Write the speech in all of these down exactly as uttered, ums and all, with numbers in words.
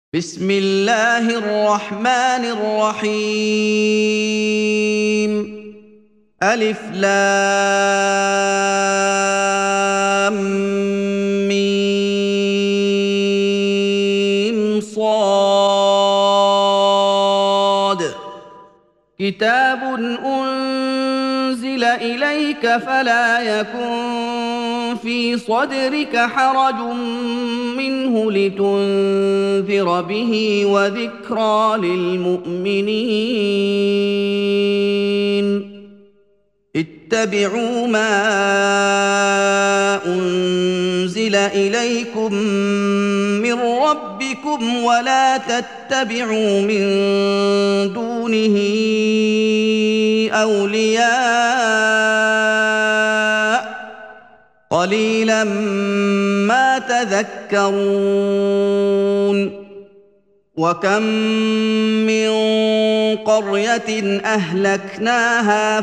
بسم الله الرحمن الرحيم. ألف لام ميم صاد. كتاب أنزل إليك فلا يكن في صدرك حرج منه لتنذر به وذكرى للمؤمنين. اتبعوا ما أنزل إليكم من ربكم ولا تتبعوا من دونه أولياء قليلا ما تذكرون. وكم من قرية أهلكناها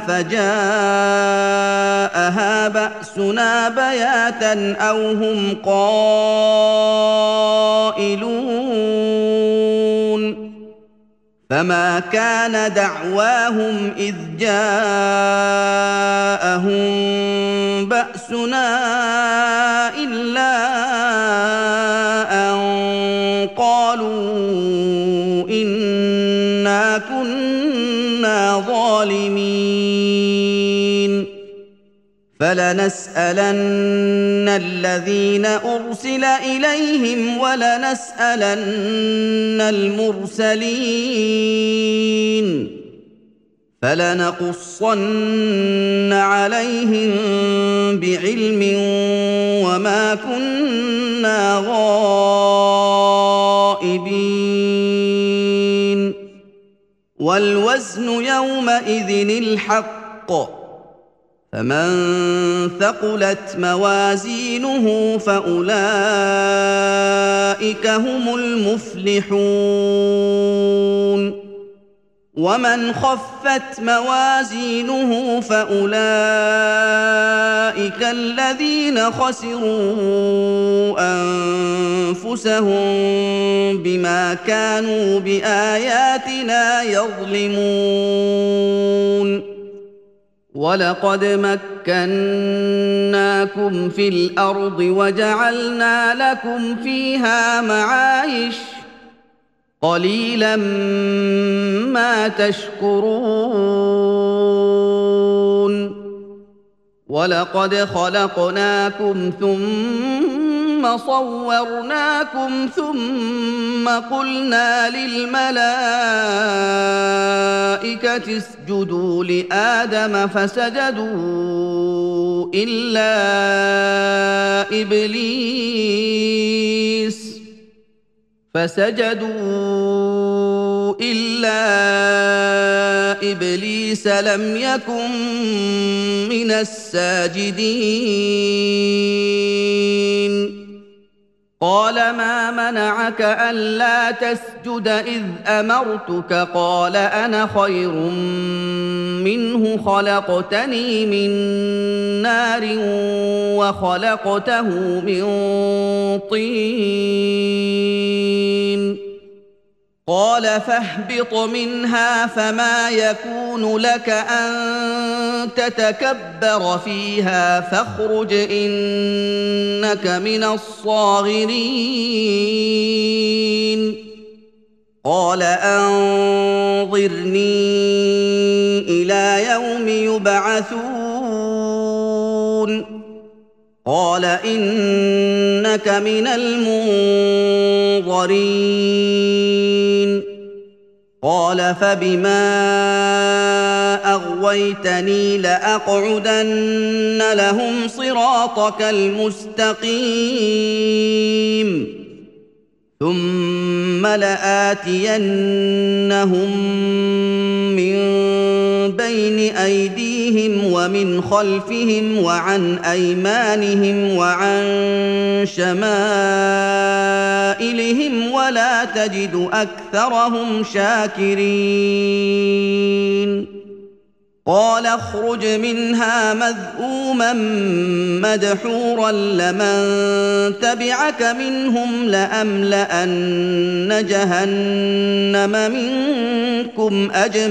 فجاءها بأسنا بياتا أو هم قائلون. فما كان دعواهم إذ جاءهم بأسنا إلا أن قالوا إنا كنا ظالمين. فلنسألن الذين أرسل إليهم ولنسألن المرسلين. فلنقصن عليهم بعلم وما كنا غائبين. والوزن يومئذ الحق. فمن ثقلت موازينه فأولئك هم المفلحون. ومن خفت موازينه فأولئك الذين خسروا أنفسهم بما كانوا بآياتنا يظلمون. ولقد مكناكم في الأرض وجعلنا لكم فيها معايش قليلا ما تشكرون. ولقد خلقناكم ثم صورناكم ثم قلنا للملائكة اسجدوا لآدم فسجدوا إلا إبليس فسجدوا إلا إبليس لم يكن من الساجدين. قال ما منعك ألا تسجد إذ أمرتك؟ قال أنا خير منه خلقتني من نار وخلقته من طين. قال فاهبط منها فما يكون لك أن تتكبر فيها فاخرج إنك من الصاغرين. قال أنظرني إلى يوم يبعثون. قال إنك من المنظرين. قال فبما أغويتني لأقعدن لهم صراطك المستقيم ثم لآتينهم من بين أيديهم ومن خلفهم وعن أيمانهم وعن شمائلهم ولا تجد أكثرهم شاكرين. قال اخرج منها مذءوما مدحورا لمن تبعك منهم لأملأن جهنم منكم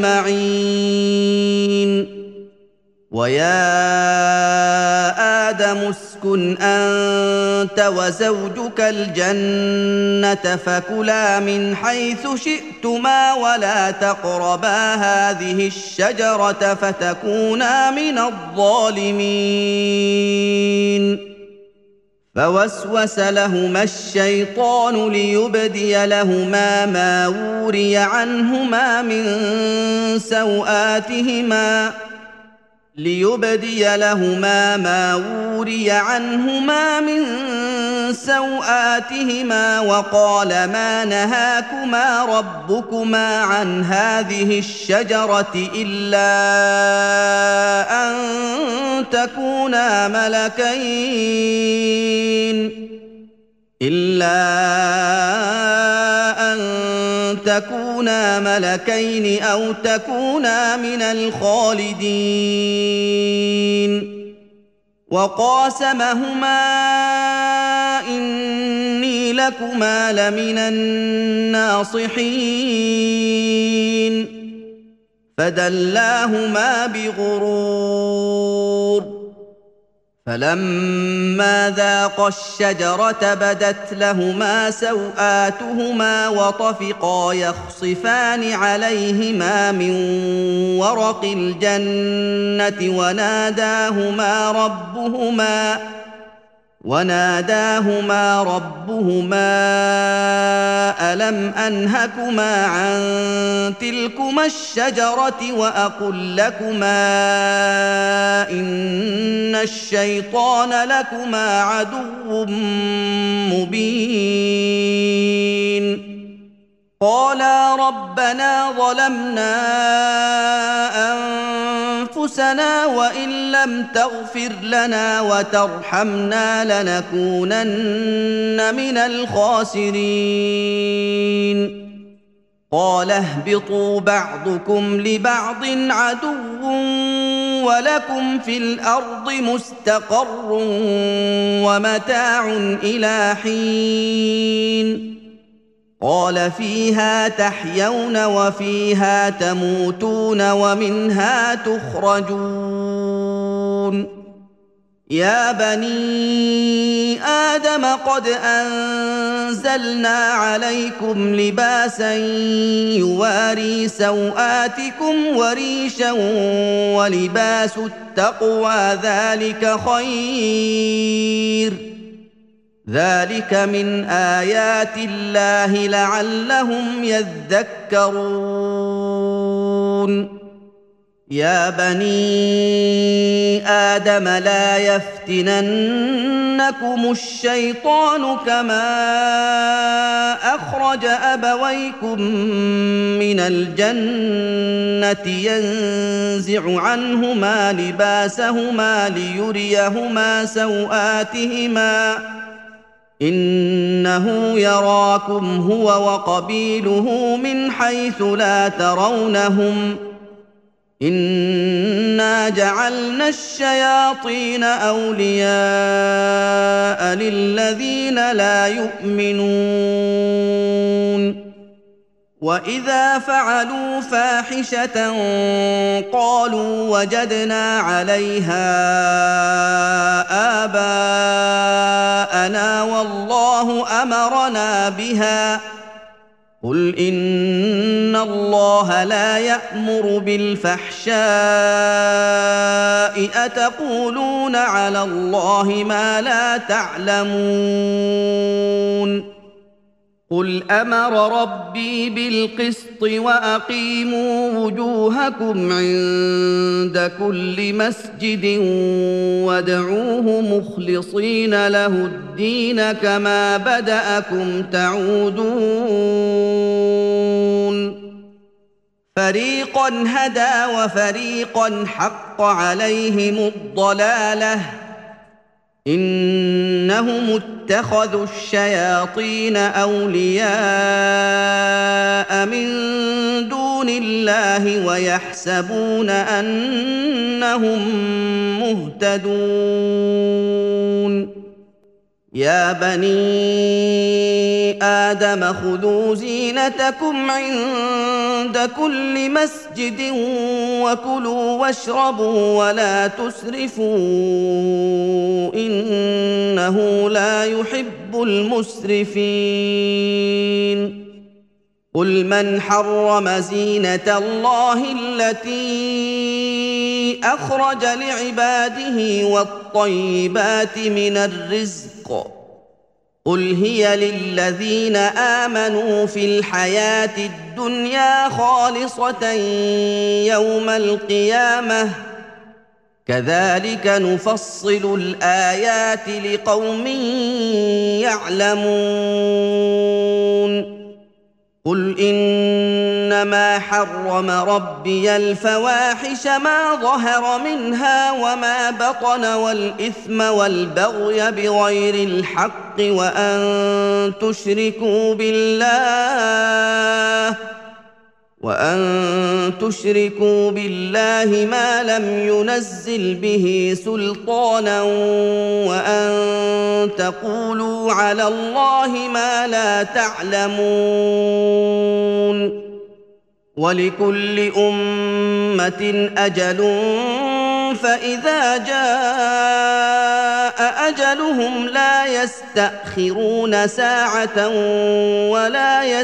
أجمعين ويا آدم اسكن أنت وزوجك الجنة فكلا من حيث شئتما ولا تقربا هذه الشجرة فتكونا من الظالمين فوسوس لهما الشيطان ليبدي لهما ما وري عنهما من سوآتهما ليبدي لهما ما وري عنهما من سوآتهما وقال ما نهاكما ربكما عن هذه الشجرة إلا أن تكونا ملكين إلا أن تكونا ملكين أو تكونا من الخالدين وقاسمهما إني لكما لمن الناصحين فدلاهما بغرور فلما ذاقا الشجرة بدت لهما سوآتهما وطفقا يخصفان عليهما من ورق الجنة وناداهما ربهما وناداهما ربهما ألم أنهكما عن تلكما الشجرة وأقل لكما إن الشيطان لكما عدو مبين قالا ربنا ظلمنا أنفسنا وإن لم تغفر لنا وترحمنا لنكونن من الخاسرين قال اهبطوا بعضكم لبعض عدو ولكم في الأرض مستقر ومتاع إلى حين قال فيها تحيون وفيها تموتون ومنها تخرجون يا بني آدم قد أنزلنا عليكم لباسا يواري سوآتكم وريشا ولباس التقوى ذلك خير ذلك من آيات الله لعلهم يذكرون يا بني آدم لا يفتننكم الشيطان كما أخرج أبويكم من الجنة ينزع عنهما لباسهما ليريهما سوآتهما إنه يراكم هو وقبيله من حيث لا ترونهم إنا جعلنا الشياطين أولياء للذين لا يؤمنون وإذا فعلوا فاحشة قالوا وجدنا عليها آباءنا والله أمرنا بها قل إن الله لا يأمر بالفحشاء أتقولون على الله ما لا تعلمون قل أمر ربي بالقسط وأقيموا وجوهكم عند كل مسجد وادعوه مخلصين له الدين كما بدأكم تعودون فريقا هدى وفريقا حق عليهم الضلالة إنهم اتخذوا الشياطين أولياء من دون الله ويحسبون أنهم مهتدون يا بني آدم خذوا زينتكم عند كل مسجد وكلوا واشربوا ولا تسرفوا إنه لا يحب المسرفين قل من حرم زينة الله التي أخرج لعباده والطيبات من الرزق قل هي للذين آمنوا في الحياة الدنيا خالصة يوم القيامة كذلك نفصل الآيات لقوم يعلمون قل إنما حرم ربي الفواحش ما ظهر منها وما بطن والإثم والبغي بغير الحق وأن تشركوا بالله وأن تشركوا بالله ما لم ينزل به سلطانا وأن تقولوا على الله ما لا تعلمون ولكل أمة أجل فإذا جاء أجلهم لا يستأخرون ساعة ولا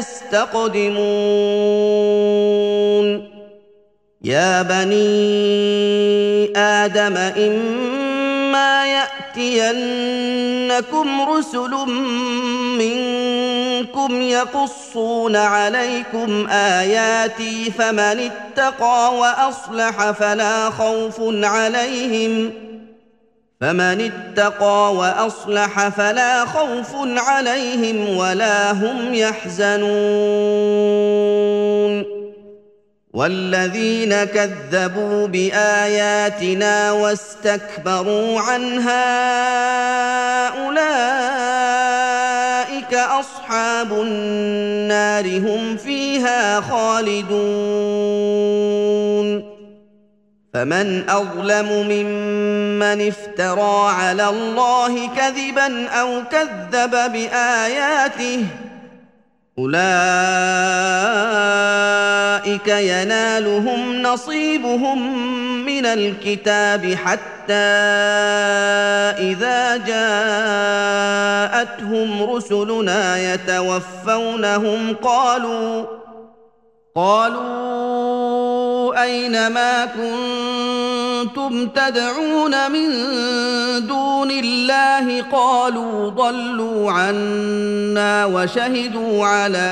يستقدمون يا بني آدم إما يأتينكم رسل منكم يقصون عليكم آياتي فمن اتقى وأصلح فلا خوف عليهم فمن اتقى وأصلح فلا خوف عليهم ولا هم يحزنون والذين كذبوا بآياتنا واستكبروا عنها أولئك أصحاب النار هم فيها خالدون فمن أظلم ممن افترى على الله كذبا أو كذب بآياته أولئك ينالهم نصيبهم من الكتاب حتى إذا جاءتهم رسلنا يتوفونهم قالوا قالوا أين ما كنتم تدعون من دون الله قالوا ضلوا عنا وشهدوا على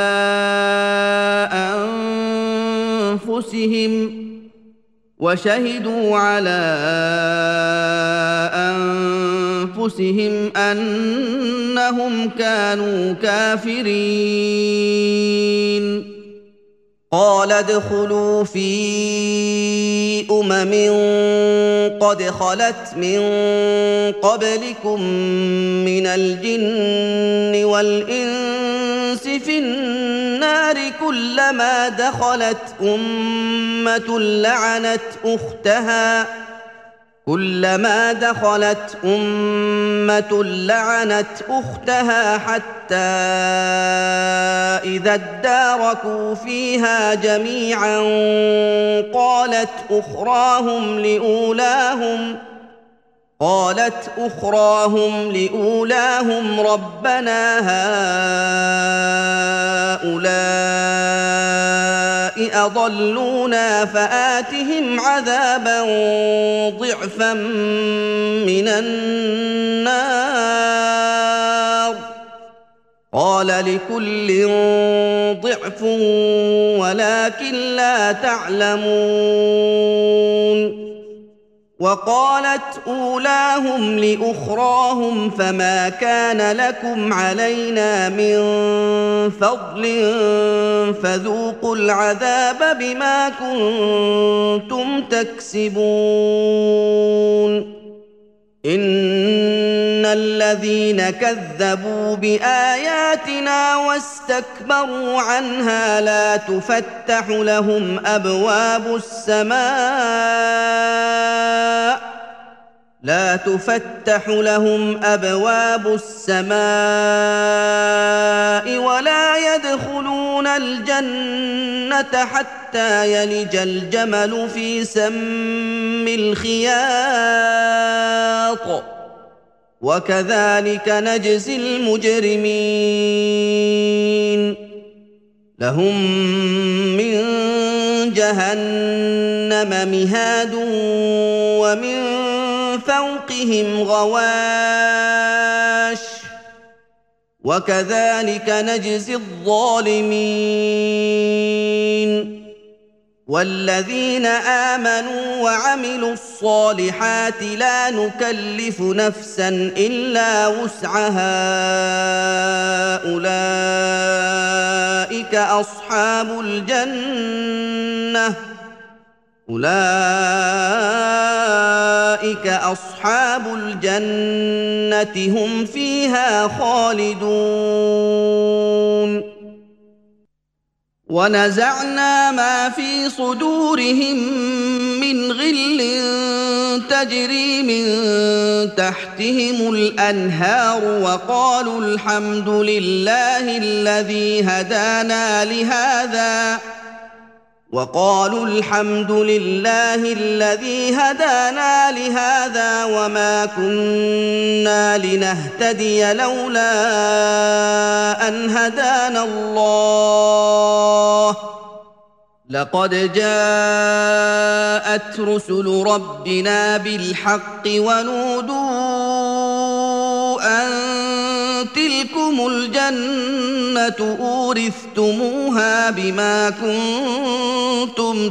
أنفسهم وشهدوا على أنفسهم أنهم كانوا كافرين قال ادخلوا في أمم قد خلت من قبلكم من الجن والإنس في النار كلما دخلت أمة لعنت أختها كلما دخلت أمة لعنت أختها حتى إذا اداركوا فيها جميعا قالت أخراهم لأولاهم قالت أخراهم لأولاهم ربنا هؤلاء أضلونا فآتهم عذابا ضعفا من النار قال لكل ضعف ولكن لا تعلمون وقالت أولاهم لأخراهم فما كان لكم علينا من فضل فذوقوا العذاب بما كنتم تكسبون إن الذين كذبوا بآياتنا واستكبروا عنها لا تفتح لهم أبواب السماء لا تفتح لهم أبواب السماء ولا يدخلون الجنة حتى يلج الجمل في سم الخياط وكذلك نجزي المجرمين لهم من جهنم مهاد ومن فوقهم غواش وكذلك نجزي الظالمين والذين آمنوا وعملوا الصالحات لا نكلف نفسا إلا وسعها أولئك أصحاب الجنة أولئك أصحاب الجنة هم فيها خالدون ونزعنا ما في صدورهم من غل تجري من تحتهم الأنهار وقالوا الحمد لله الذي هدانا لهذا وقالوا الحمد لله الذي هدانا لهذا وما كنا لنهتدي لولا أن هدانا الله لقد جاءت رسل ربنا بالحق ونودوا أن تلكم الجنة أورثتموها بما كنتم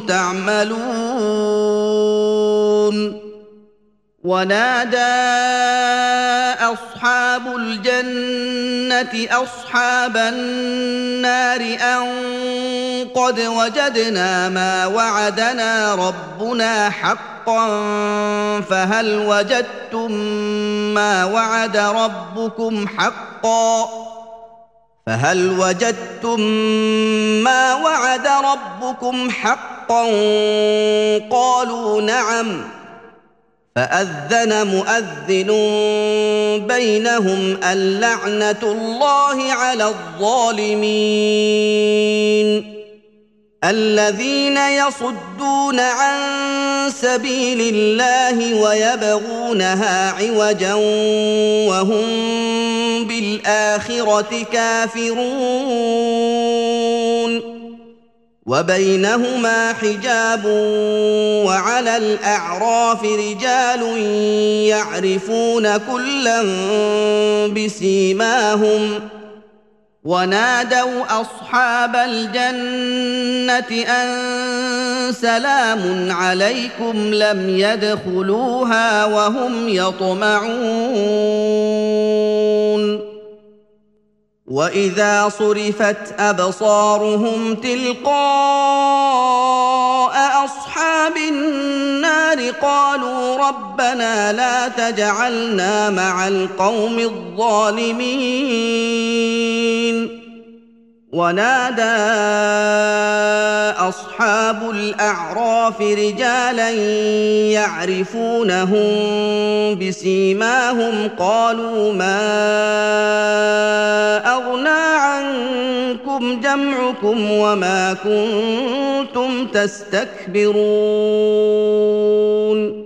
تعملون ونادى أصحاب الجنة أصحاب النار أن قد وجدنا ما وعدنا ربنا حقا فهل وجدتم ما وعد ربكم حقا فهل وجدتم ما وعد ربكم حقا قالوا نعم فأذن مؤذن بينهم اللعنة الله على الظالمين الذين يصدون عن سبيل الله ويبغونها عوجا وهم بالآخرة كافرون وبينهما حجاب وعلى الأعراف رجال يعرفون كلا بسيماهم ونادوا أصحاب الجنة أن سلام عليكم لم يدخلوها وهم يطمعون وإذا صرفت أبصارهم تلقاء أصحاب النار قالوا ربنا لا تجعلنا مع القوم الظالمين ونادى أصحاب الأعراف رجالا يعرفونهم بسيماهم قالوا ما أغنى عنكم جمعكم وما كنتم تستكبرون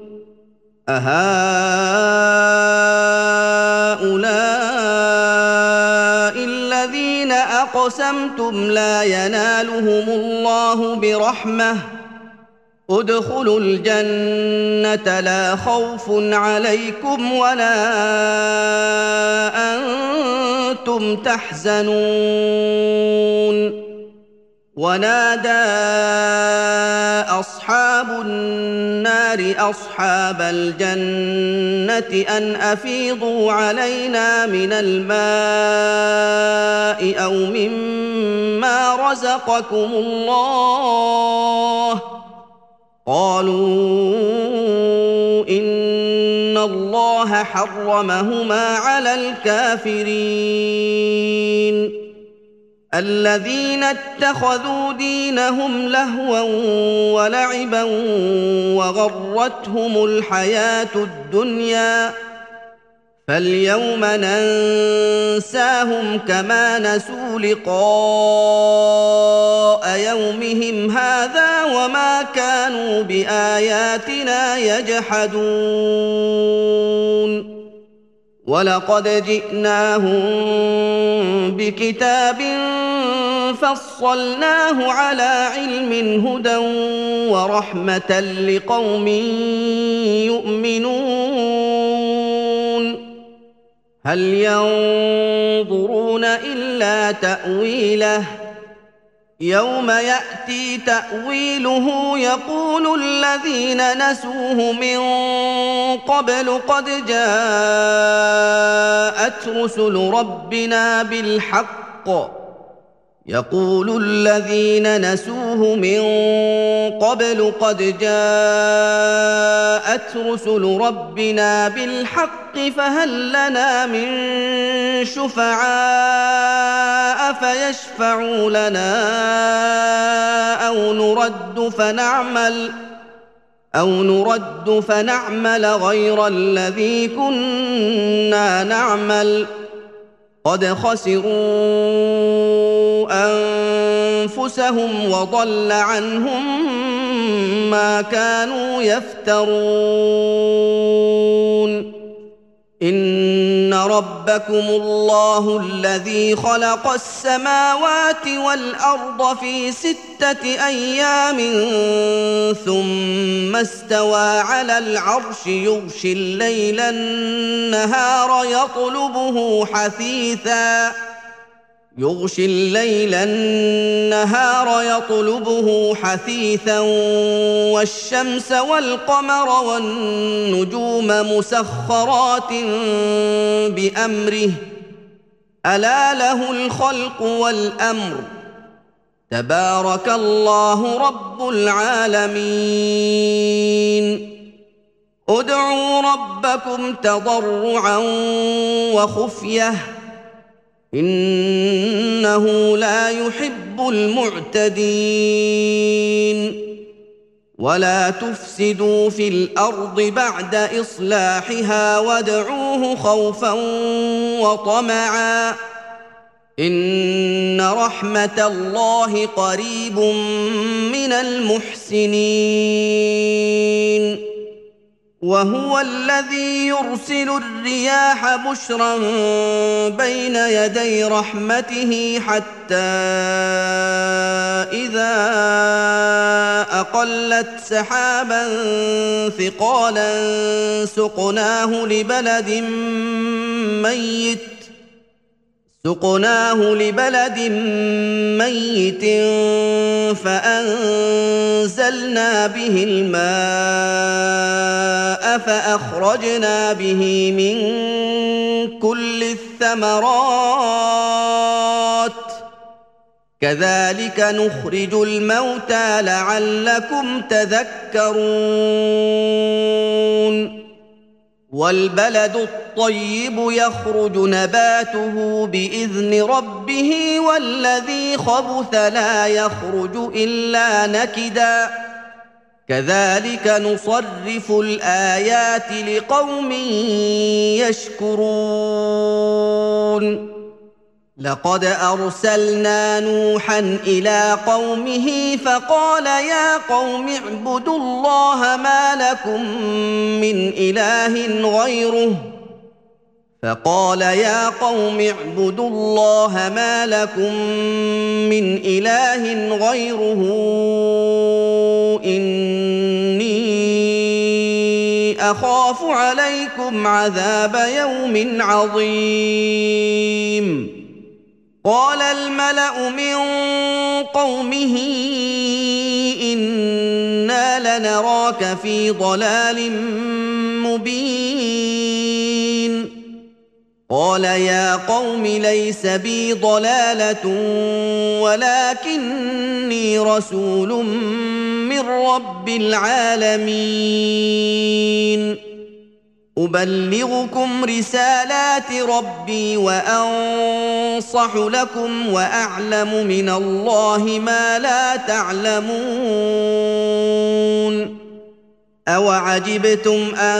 أهؤلاء الذين أقسمتم لا ينالهم الله برحمة ادخلوا الجنة لا خوف عليكم ولا أنتم تحزنون ونادى أصحاب النار أصحاب الجنة أن أفيضوا علينا من الماء أو مما رزقكم الله قالوا إن الله حرمهما على الكافرين الذين اتخذوا دينهم لهوا ولعبا وغرتهم الحياة الدنيا فاليوم ننساهم كما نسوا لقاء يومهم هذا وما كانوا بآياتنا يجحدون ولقد جئناهم بكتاب فصلناه على علم هدى ورحمة لقوم يؤمنون هل ينظرون إلا تأويله يوم يأتي تأويله يقول الذين نسوه من قبل قد جاءت رسل ربنا بالحق يقول الذين نسوه من قبل قد جاءت رسل ربنا بالحق فهل لنا من شفعاء فيشفعوا لنا أو نرد فنعمل أو نرد فنعمل غير الذي كنا نعمل قد خسروا أنفسهم وضل عنهم ما كانوا يفترون إن ربكم الله الذي خلق السماوات والأرض في ستة أيام ثم استوى على العرش يغشي الليل النهار يطلبه حثيثاً يغشي الليل النهار يطلبه حثيثا والشمس والقمر والنجوم مسخرات بأمره ألا له الخلق والأمر تبارك الله رب العالمين ادعوا ربكم تضرعا وخفية إنه لا يحب المعتدين ولا تفسدوا في الأرض بعد إصلاحها وادعوه خوفا وطمعا إن رحمة الله قريب من المحسنين وهو الذي يرسل الرياح بشرا بين يدي رحمته حتى إذا أقلت سحابا ثقالا سقناه لبلد ميت سقناه لبلد ميت فأنزلنا به الماء فأخرجنا به من كل الثمرات كذلك نخرج الموتى لعلكم تذكرون والبلد الطيب يخرج نباته بإذن ربه والذي خبث لا يخرج إلا نكدا كذلك نصرف الآيات لقوم يشكرون لقد أرسلنا نوحا إلى قومه فقال يا قوم اعبدوا الله ما لكم من إله غيره فقال يا قوم اعبدوا الله ما لكم من إله غيره إني أخاف عليكم عذاب يوم عظيم قال الملأ من قومه إنا لنراك في ضلال مبين قال يا قوم ليس بي ضلالة ولكني رسول من رب العالمين أبلغكم رسالات ربي وأنصح لكم وأعلم من الله ما لا تعلمون أوعجبتم أن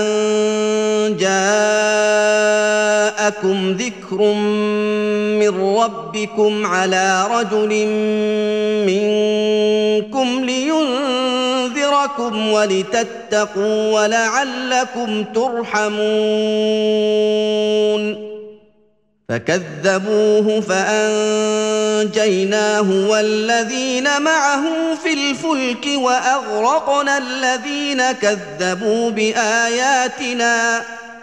جاءكم ذكر من ربكم على رجل منكم لينذركم ولتتقوا ولعلكم ترحمون فكذبوه فأنجيناه والذين معه في الفلك وأغرقنا الذين كذبوا بآياتنا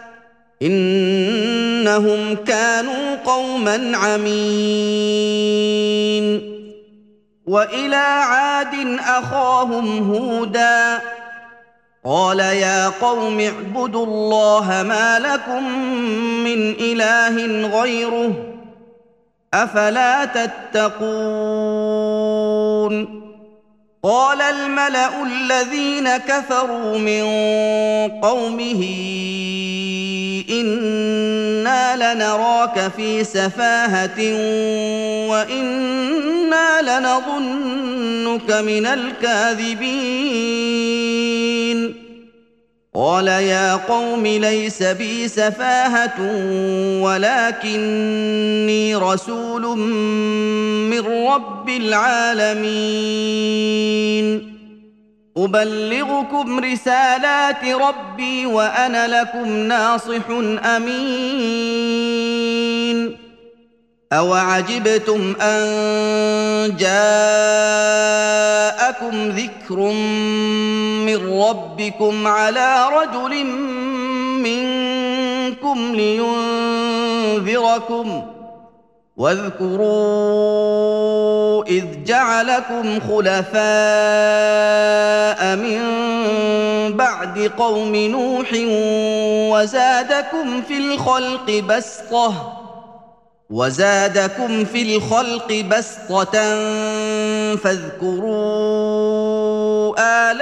إنهم كانوا قوما عمين وإلى عاد أخاهم هودا قال يا قوم اعبدوا الله ما لكم من إله غيره أفلا تتقون قال الملأ الذين كفروا من قومه إنا لنراك في سفاهة وإنا لنظنك من الكاذبين قال يا قوم ليس بي سفاهة ولكني رسول من رب العالمين أبلغكم رسالات ربي وأنا لكم ناصح أمين أوعجبتم أن جاءكم ذكر من ربكم على رجل منكم لينذركم واذكروا إذ جعلكم خلفاء من بعد قوم نوح وزادكم في الخلق بسطة وزادكم في الخلق بسطة فاذكروا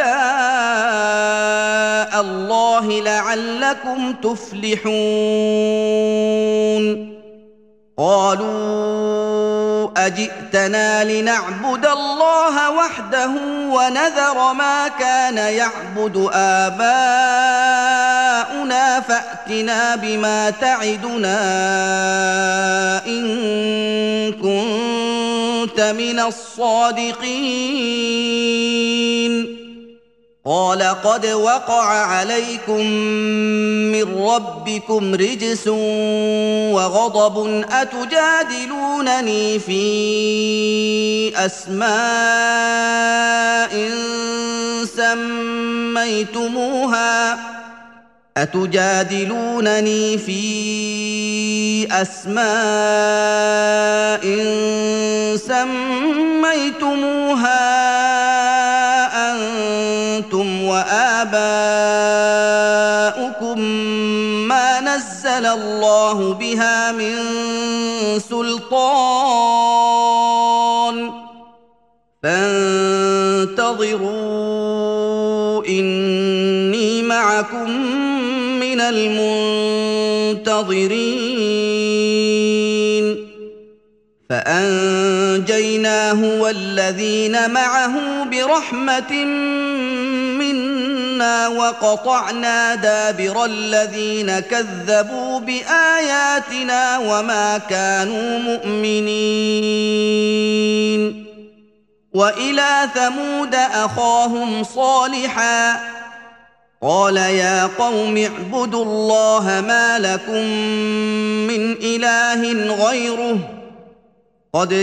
آلاء الله لعلكم تفلحون قالوا أجئتنا لنعبد الله وحده ونذر ما كان يعبد آباؤنا فأتنا بما تعدنا إن كنت من الصادقين قال قد وقع عليكم من ربكم رجس وغضب أتجادلونني في أسماء سميتموها أتجادلونني في أسماء سميتموها أنتم وآباؤكم ما نزل الله بها من سلطان فانتظروا إني معكم من المنتظرين فأنجيناه والذين معه برحمة منا وقطعنا دابر الذين كذبوا بآياتنا وما كانوا مؤمنين وإلى ثمود أخاهم صالحا قال يا قوم اعبدوا الله ما لكم من إله غيره قد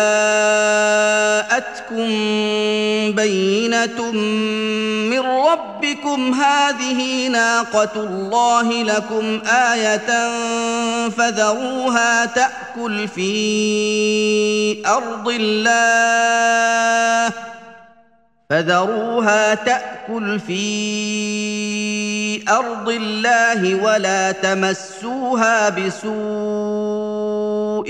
جاءتكم بينة من ربكم هذه ناقة الله لكم آية فذروها تأكل في أرض الله فذروها تأكل في أرض الله ولا تمسوها بسوء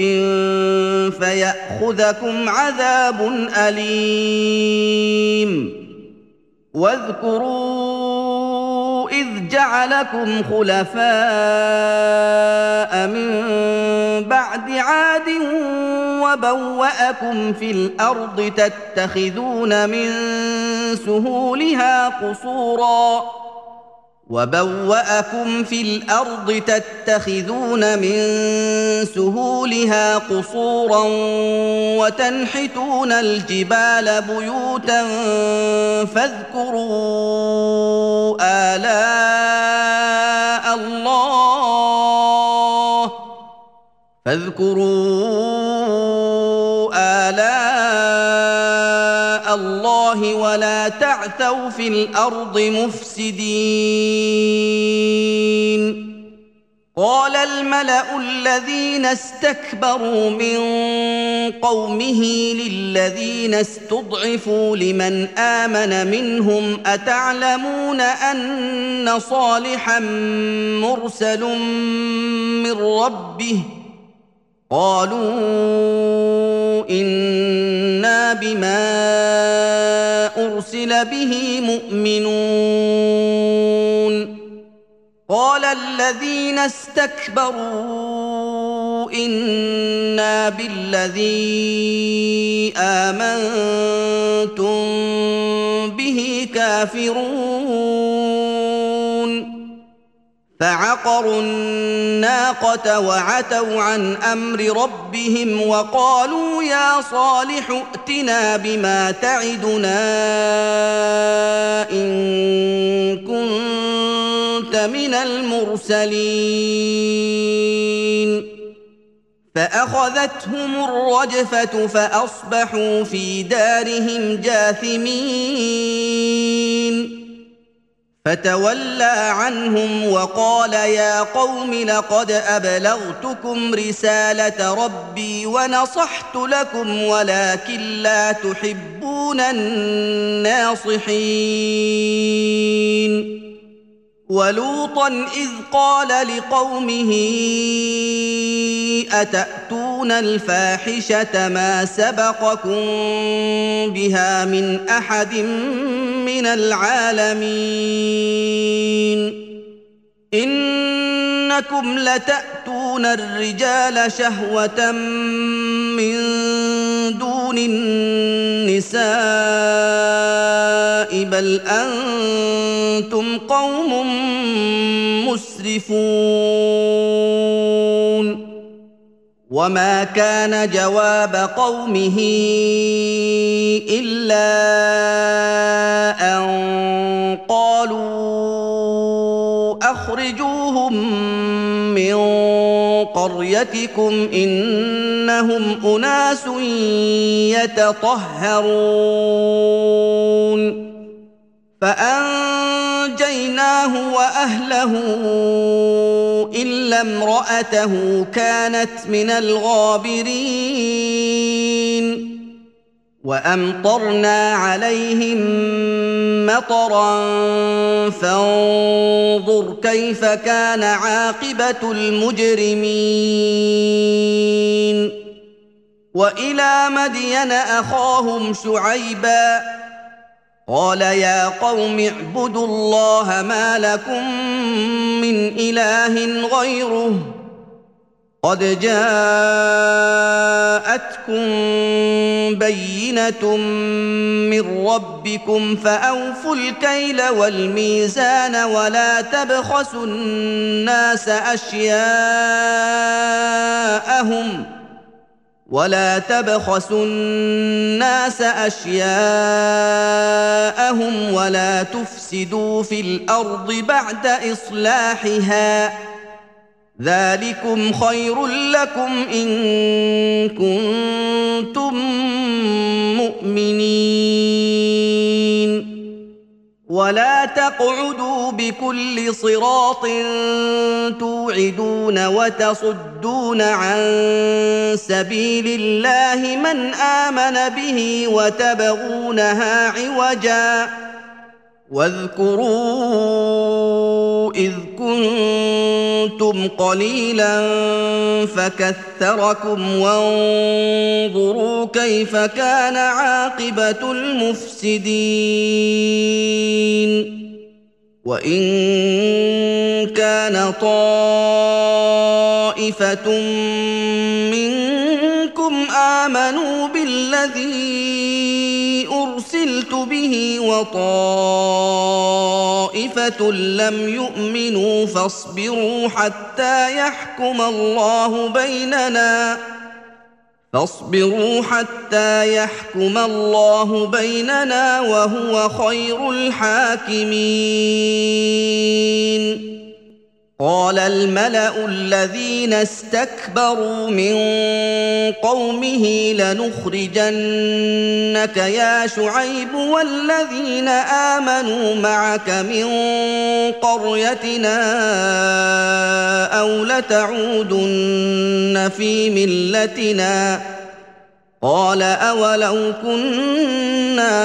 فيأخذكم عذاب أليم واذكروا إذ جعلكم خلفاء من بعد عاد وبوأكم في الأرض تتخذون من سهولها قصورا وبوأكم في الأرض تتخذون من سهولها قصورا وتنحتون الجبال بيوتا فاذكروا آلاء الله فاذكروا آلاء الله ولا تعثوا في الأرض مفسدين قال الملأ الذين استكبروا من قومه للذين استضعفوا لمن آمن منهم أتعلمون أن صالحا مرسل من ربه قالوا إنا بما أرسل به مؤمنون قال الذين استكبروا إنا بالذي آمنتم به كافرون فعقروا الناقة وعتوا عن أمر ربهم وقالوا يا صالح ائتنا بما تعدنا إن كنت من المرسلين فأخذتهم الرجفة فأصبحوا في دارهم جاثمين فتولى عنهم وقال يا قوم لقد أبلغتكم رسالة ربي ونصحت لكم ولكن لا تحبون الناصحين ولوطا إذ قال لقومه أتأتون الفاحشة ما سبقكم بها من أحد من العالمين إنكم لتأتون الرجال شهوة من دون النساء بل أنتم قوم مسرفون وما كان جواب قومه إلا أن قالوا أخرجوهم من قريتكم إنهم أناس يتطهرون فأنجيناه وأهله إلا امرأته كانت من الغابرين وأمطرنا عليهم مطرا فانظر كيف كان عاقبة المجرمين وإلى مدين أخاهم شعيبا قال يا قوم اعبدوا الله ما لكم من إله غيره قد جاءتكم بينة من ربكم فأوفوا الكيل والميزان ولا تبخسوا الناس أشياءهم ولا تبخسوا الناس أشياءهم ولا تفسدوا في الأرض بعد إصلاحها ذلكم خير لكم إن كنتم مؤمنين ولا تقعدوا بكل صراط توعدون وتصدون عن سبيل الله من آمن به وتبغونها عوجا واذكروا إذ كنتم قليلا فكثركم وانظروا كيف كان عاقبة المفسدين وإن كان طائفة منكم آمنوا بالذي أرسلت به وطائفة لم يؤمنوا فاصبروا حتى يحكم الله بيننا فاصبروا حتى يحكم الله بيننا وهو خير الحاكمين. قال الملأ الذين استكبروا من قومه لنخرجنك يا شعيب والذين آمنوا معك من قريتنا أو لتعودن في ملتنا قال أولو كنا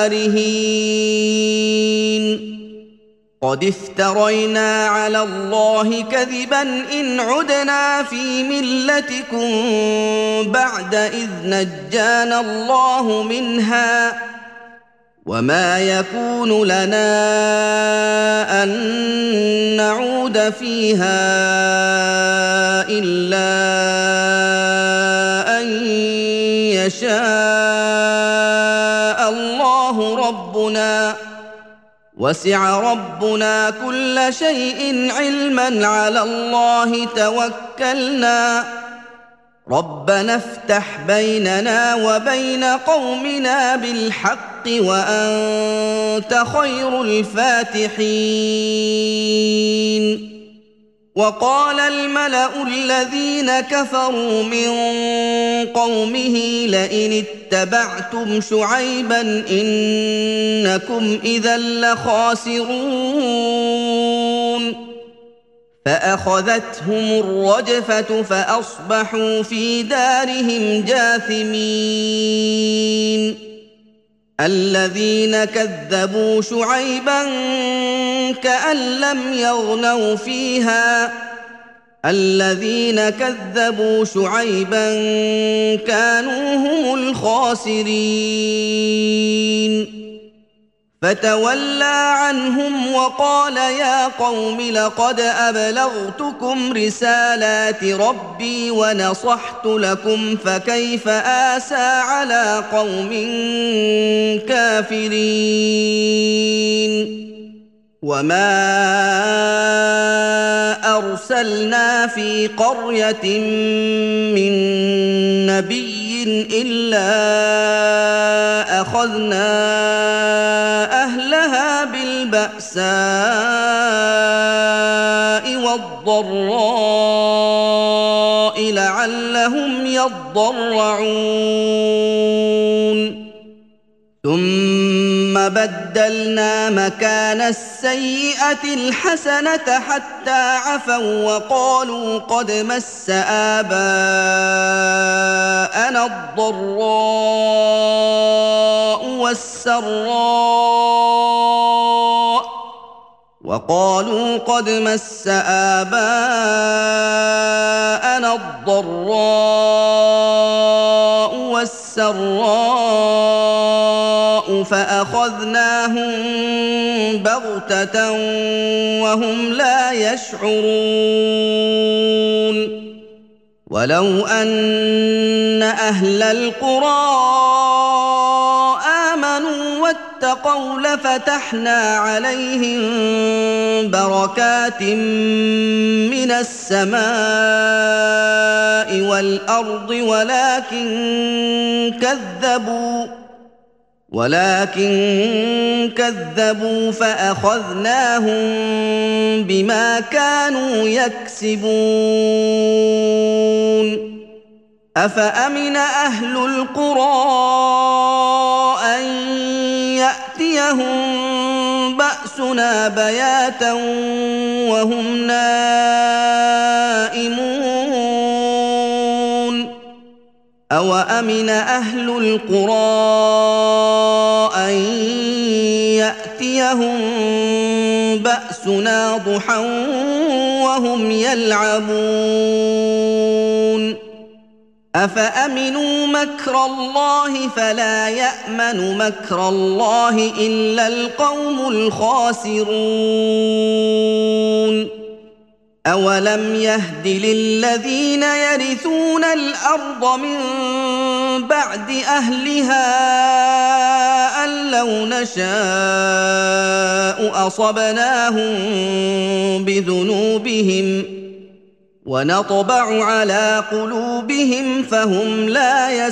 كارهين قد افترينا على الله كذبا إن عدنا في ملتكم بعد إذ نجانا الله منها وما يكون لنا أن نعود فيها إلا أن يشاء الله ربنا وسع ربنا كل شيء علما على الله توكلنا ربنا افتح بيننا وبين قومنا بالحق وأنت خير الفاتحين. وقال الملأ الذين كفروا من قومه لئن اتبعتم شعيبا إنكم إذا لخاسرون فأخذتهم الرجفة فأصبحوا في دارهم جاثمين. الذين كذبوا شعيبا كأن لم يغنوا فيها الذين كذبوا شعيبا كانوا هم الخاسرين. فتولى عنهم وقال يا قوم لقد أبلغتكم رسالات ربي ونصحت لكم فكيف آسى على قوم كافرين. وما أرسلنا في قرية من نبي إلا أخذنا أهلها بالبأساء والضراء لعلهم يضرعون ثم بدلنا مكان السيئة الحسنة حتى عفوا وقالوا قد مس آباءنا الضراء والسراء وقالوا قد مس آباءنا الضراء والسراء فأخذناهم بغتة وهم لا يشعرون. ولو أن أهل القرى آمنوا واتقوا لفتحنا عليهم بركات من السماء والأرض ولكن كذبوا ولكن كذبوا فأخذناهم بما كانوا يكسبون. أفأمن أهل القرى أن يأتيهم بأسنا بياتا وهم نائمون أوأمن أهل القرى أن يأتيهم بأسنا ضحى وهم يلعبون أفأمنوا مكر الله فلا يأمن مكر الله إلا القوم الخاسرون أولم يهد للذين يرثون الأرض من بعد أهلها أن لو نشاء أصبناهم بذنوبهم ونطبع على قلوبهم فهم لا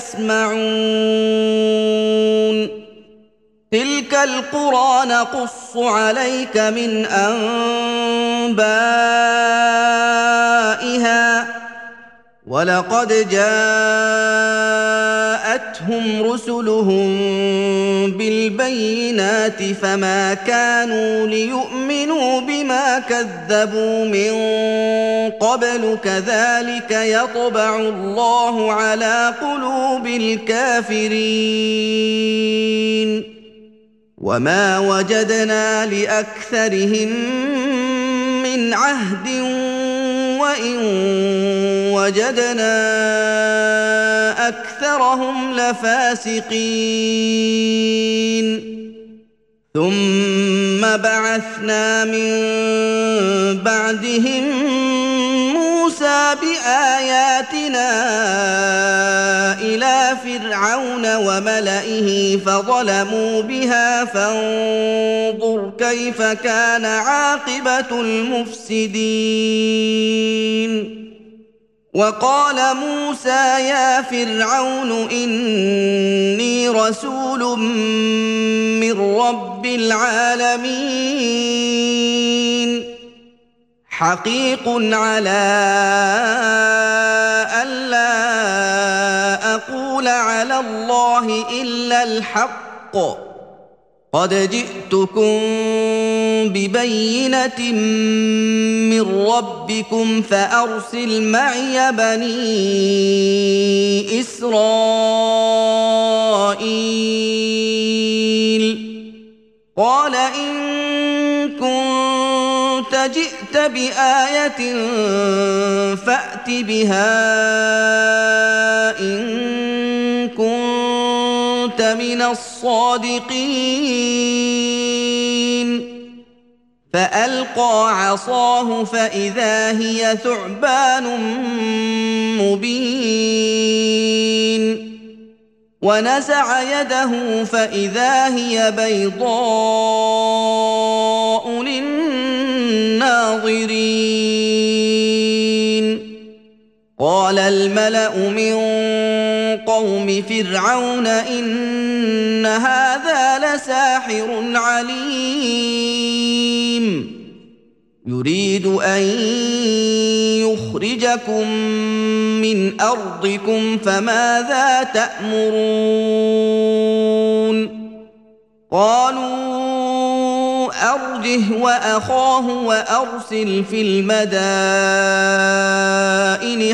يسمعون تلك القرى نقص عليك من أنبائها ولقد جاءتهم رسلهم بالبينات فما كانوا ليؤمنوا بما كذبوا من قبل كذلك يطبع الله على قلوب الكافرين وما وجدنا لأكثرهم من عهد وإن وجدنا أكثرهم لفاسقين ثم بعثنا من بعدهم موسى بآياتنا إلى فرعون وملئه فظلموا بها فانظر كيف كان عاقبة المفسدين وقال موسى يا فرعون إني رسول من رب العالمين حقيق على ألا أقول على الله إلا الحق قد جئتكم ببينة من ربكم فأرسل معي بني إسرائيل قال إن كنت جئت بآية فأت بها إن كنت من الصادقين فألقى عصاه فإذا هي ثعبان مبين ونزع يده فإذا هي بيضاء للناظرين قال الملأ من قوم فرعون إن هذا لساحر عليم يريد أن يخرجكم من أرضكم فماذا تأمرون قالوا أرجه وأخاه وأرسل في المدائن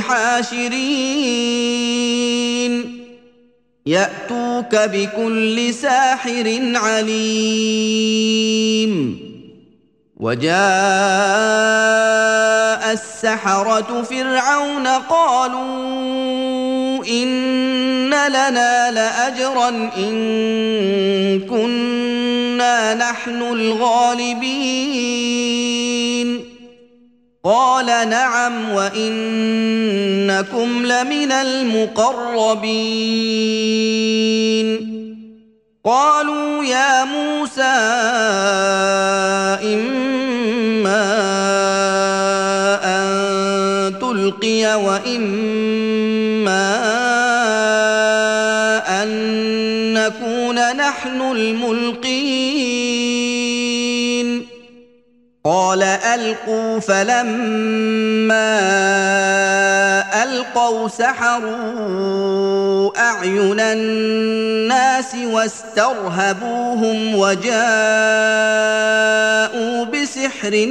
حاشرين يأتوك بكل ساحر عليم وجاء السحرة فرعون قالوا إن لنا لأجرا إن كنا نحن الغالبين قال نعم وإنكم لمن المقربين قالوا يا موسى إما أن تلقي وإما أن نكون نحن الملقين قال ألقوا فلما ألقوا سحروا أعين الناس واسترهبوهم وجاءوا بسحر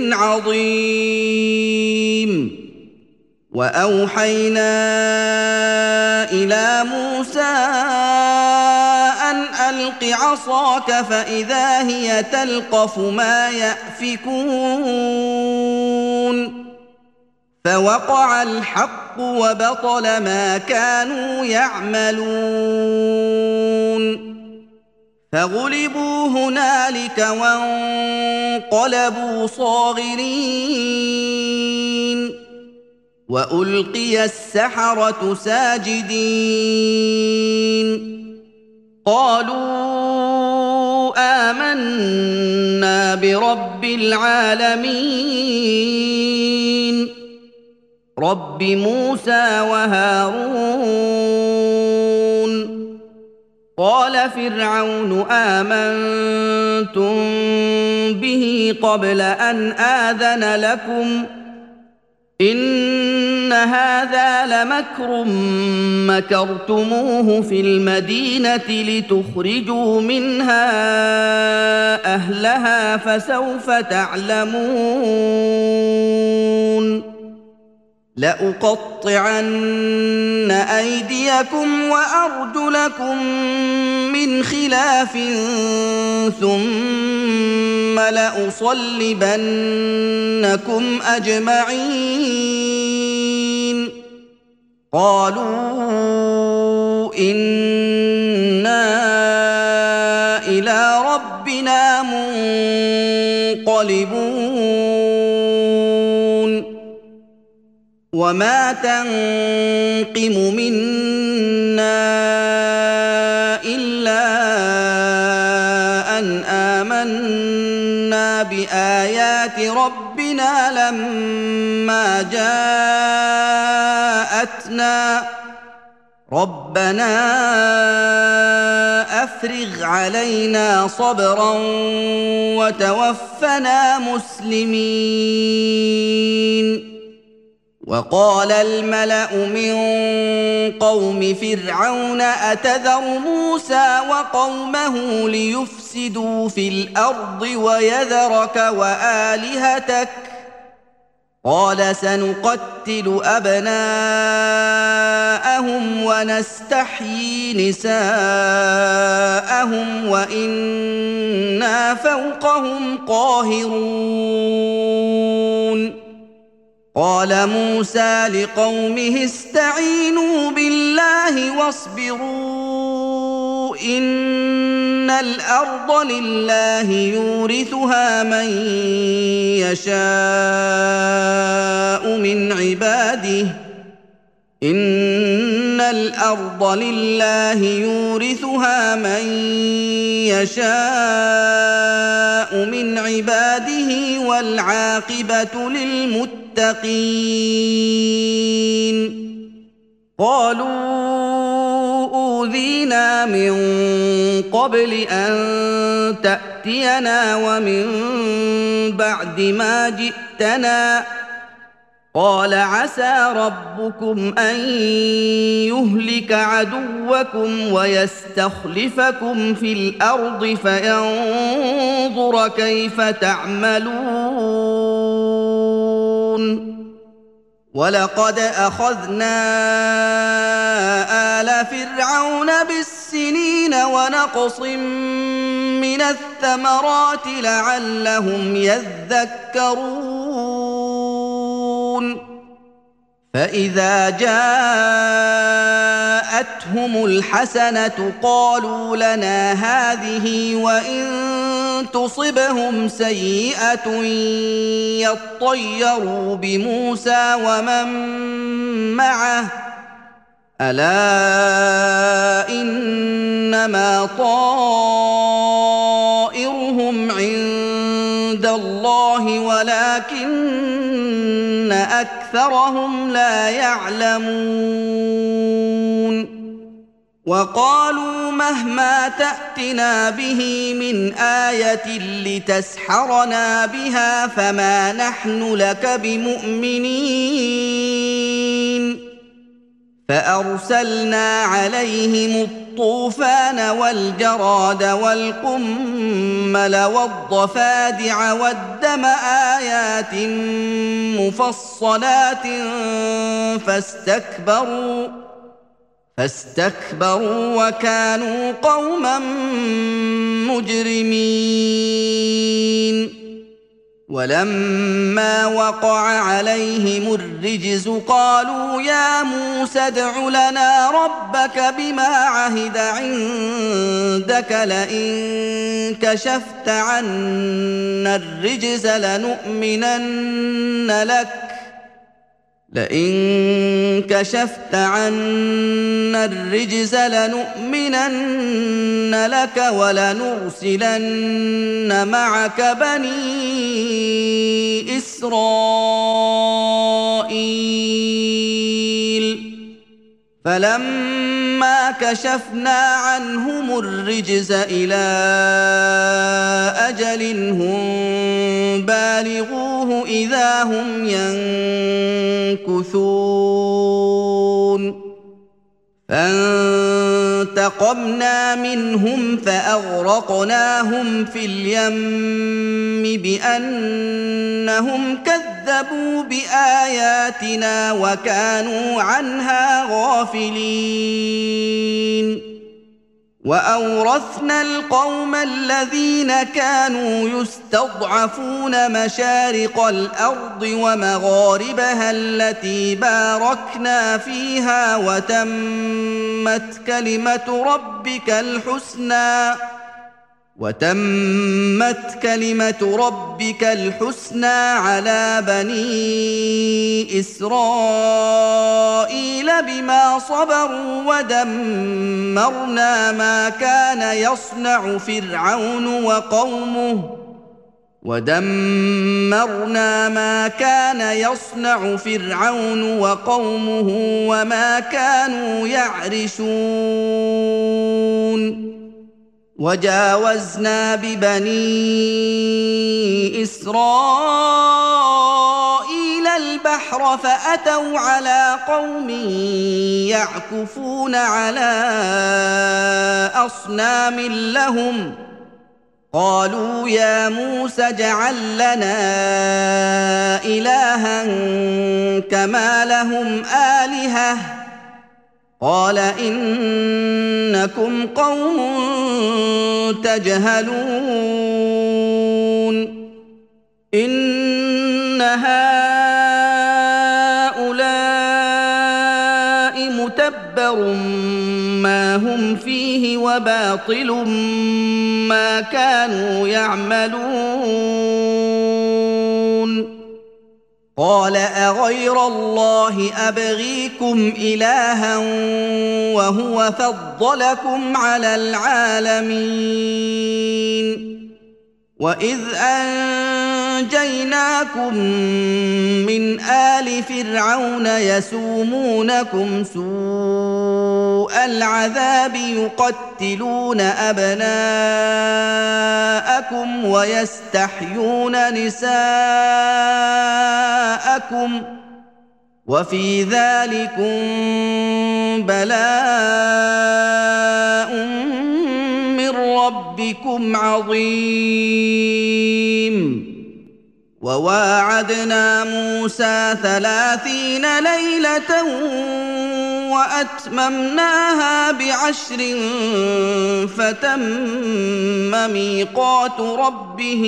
عظيم وأوحينا إلى موسى أن ألق عصاك فإذا هي تلقف ما يأفكون فوقع الحق وبطل ما كانوا يعملون فغلبوا هنالك وانقلبوا صاغرين وألقي السحرة ساجدين قالوا آمنا برب العالمين رب موسى وهارون قال فرعون آمنتم به قبل أن آذن لكم إن هذا لمكر مكرتموه في المدينة لتخرجوا منها أهلها فسوف تعلمون لأقطعن أيديكم وأرجلكم من خلاف ثم لأصلبنكم أجمعين قالوا إنا إلى ربنا منقلبون وما تنقم منا إلا أن آمنا بآيات ربنا لما جاءتنا ربنا أفرغ علينا صبرا وتوفنا مسلمين وقال الملأ من قوم فرعون أتذر موسى وقومه ليفسدوا في الأرض ويذرك وآلهتك قال سنقتل أبناءهم ونستحيي نساءهم وإنا فوقهم قاهرون قال موسى لقومه استعينوا بالله واصبروا إن الأرض لله يورثها من يشاء من عباده إن الأرض لله يورثها من يشاء من عباده والعاقبة للمتقين قالوا أوذينا من قبل أن تأتينا ومن بعد ما جئتنا قال عسى ربكم أن يهلك عدوكم ويستخلفكم في الأرض فينظر كيف تعملون ولقد أخذنا آل فرعون بالسنين ونقص من الثمرات لعلهم يذكرون فإذا جاءتهم الحسنة قالوا لنا هذه وإن تصبهم سيئة يطيروا بموسى ومن معه ألا إنما طائرهم عند الله ولكن أكثرهم لا يعلمون وقالوا مهما تأتنا به من آية لتسحرنا بها فما نحن لك بمؤمنين فأرسلنا عليهم الطوفان والجراد والقمل والضفادع والدم آيات مفصلات فاستكبروا فاستكبروا وكانوا قوما مجرمين ولما وقع عليهم الرجز قالوا يا موسى ادع لنا ربك بما عهد عندك لئن كشفت عنا الرجز لنؤمنن لك لئن كشفت عنا الرجز لنؤمنن لك ولنرسلن معك بني إسرائيل فلما كشفنا عنهم الرجز إلى أجل هم بالغوه إذا هم ينكثون فانتقمنا منهم فأغرقناهم في اليم بأنهم كذبوا بآياتنا وكانوا عنها غافلين وأورثنا القوم الذين كانوا يستضعفون مشارق الأرض ومغاربها التي باركنا فيها وتمت كلمة ربك الحسنى وتمت كلمة ربك الحسنى على بني إسرائيل بما صبروا ودمرنا ما كان يصنع فرعون وقومه ودمرنا ما كان يصنع فرعون وقومه وما كانوا يعرشون وجاوزنا ببني إسرائيل البحر فأتوا على قوم يعكفون على أصنام لهم قالوا يا موسى اجعل لنا إلها كما لهم آلهة قال إنكم قوم تجهلون إن هؤلاء متبر ما هم فيه وباطل ما كانوا يعملون قال أغير الله أبغيكم إلها وهو فضلكم على العالمين وإذ أنجيناكم من آل فرعون يسومونكم سوء العذاب يقتلون أبناءكم ويستحيون نساءكم وفي ذلكم بلاء من ربكم عظيم وواعدنا موسى ثلاثين ليلة وأتممناها بعشر فتم ميقات ربه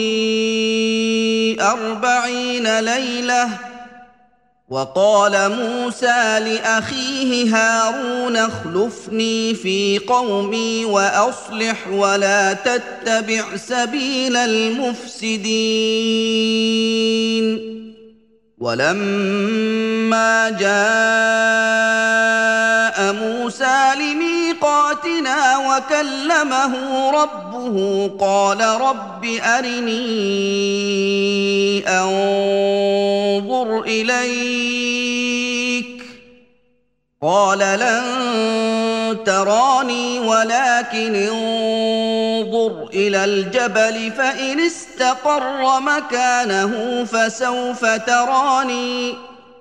أربعين ليلة وقال موسى لأخيه هارون اخلفني في قومي وأصلح ولا تتبع سبيل المفسدين ولما جاء موسى لميقاتنا وكلمه ربه قال رب أرني أنظر إليك قال لن تراني ولكن انظر إلى الجبل فإن استقر مكانه فسوف تراني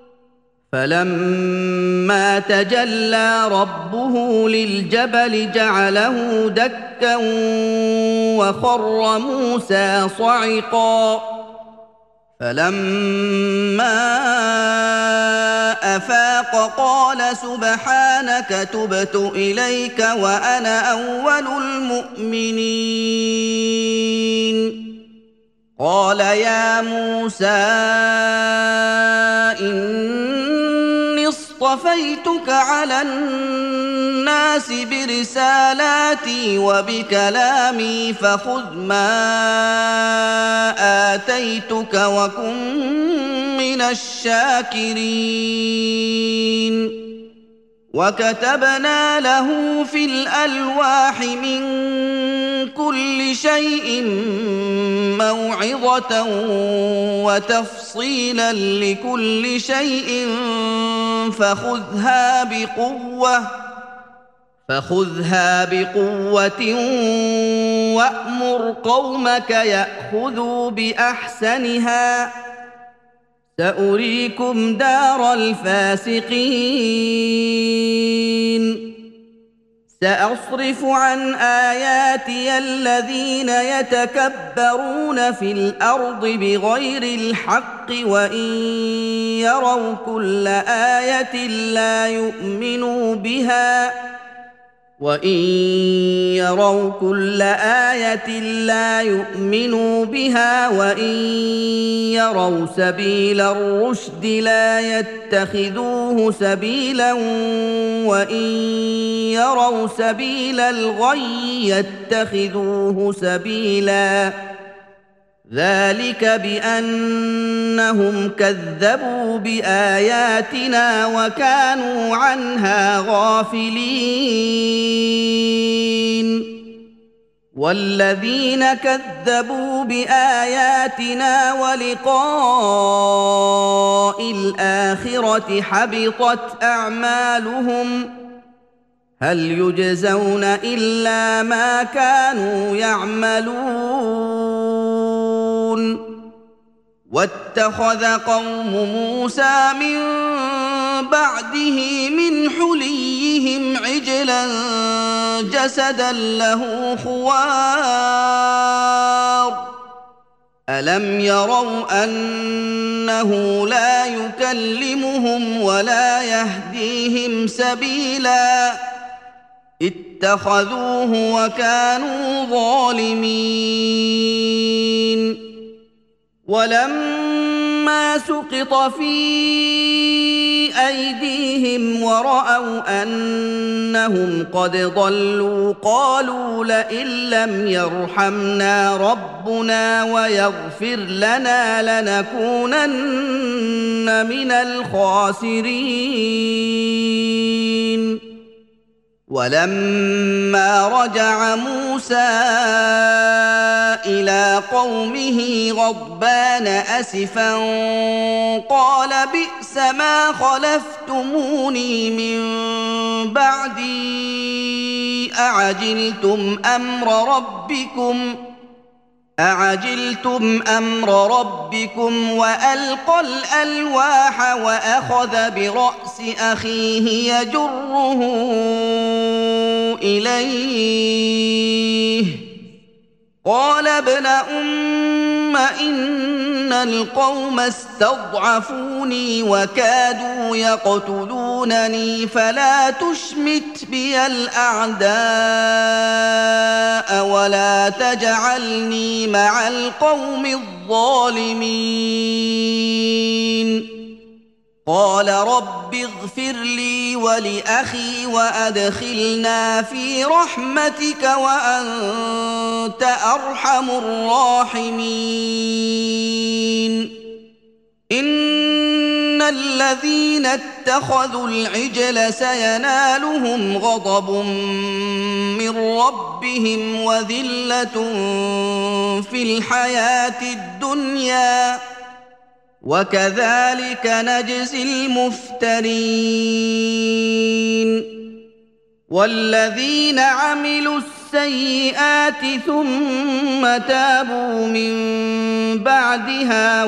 فلما تجلى ربه للجبل جعله دكا وخر موسى صعقا فلما أفاق قال سبحانك تبت إليك وأنا أول المؤمنين قال يا موسى إني اصطفيتك على الناس برسالاتي وبكلامي فخذ ما آتيتك وكن من الشاكرين وكتبنا له في الألواح من كل شيء موعظة وتفصيلا لكل شيء فخذها بقوة فخذها بقوة وأمر قومك يأخذوا بأحسنها سأريكم دار الفاسقين سأصرف عن آياتي الذين يتكبرون في الأرض بغير الحق وإن يروا كل آية لا يؤمنوا بها وإن يروا كل آية لا يؤمنوا بها وإن يروا سبيل الرشد لا يتخذوه سبيلا وإن يروا سبيل الغي يتخذوه سبيلا ذلك بأنهم كذبوا بآياتنا وكانوا عنها غافلين والذين كذبوا بآياتنا ولقاء الآخرة حبطت أعمالهم هل يجزون إلا ما كانوا يعملون واتخذ قوم موسى من بعده من حليهم عجلا جسدا له خوار ألم يروا أنه لا يكلمهم ولا يهديهم سبيلا اتخذوه وكانوا ظالمين ولما سقط في أيديهم ورأوا أنهم قد ضلوا قالوا لئن لم يرحمنا ربنا ويغفر لنا لنكونن من الخاسرين ولما رجع موسى إلى قومه غضبان أسفا قال بئس ما خلفتموني من بعدي أعجلتم أمر ربكم أعجلتم أمر ربكم وألقى الألواح وأخذ برأس أخيه يجره إليه قال ابن أم إن القوم استضعفوني وكادوا يقتلونني فلا تشمت بي الأعداء ولا تجعلني مع القوم الظالمين قال رب اغفر لي ولأخي وأدخلنا في رحمتك وأنت أرحم الراحمين إن الذين اتخذوا العجل سينالهم غضب من ربهم وذلة في الحياة الدنيا وكذلك نجزي المفترين والذين عملوا السيئات ثم تابوا من بعدها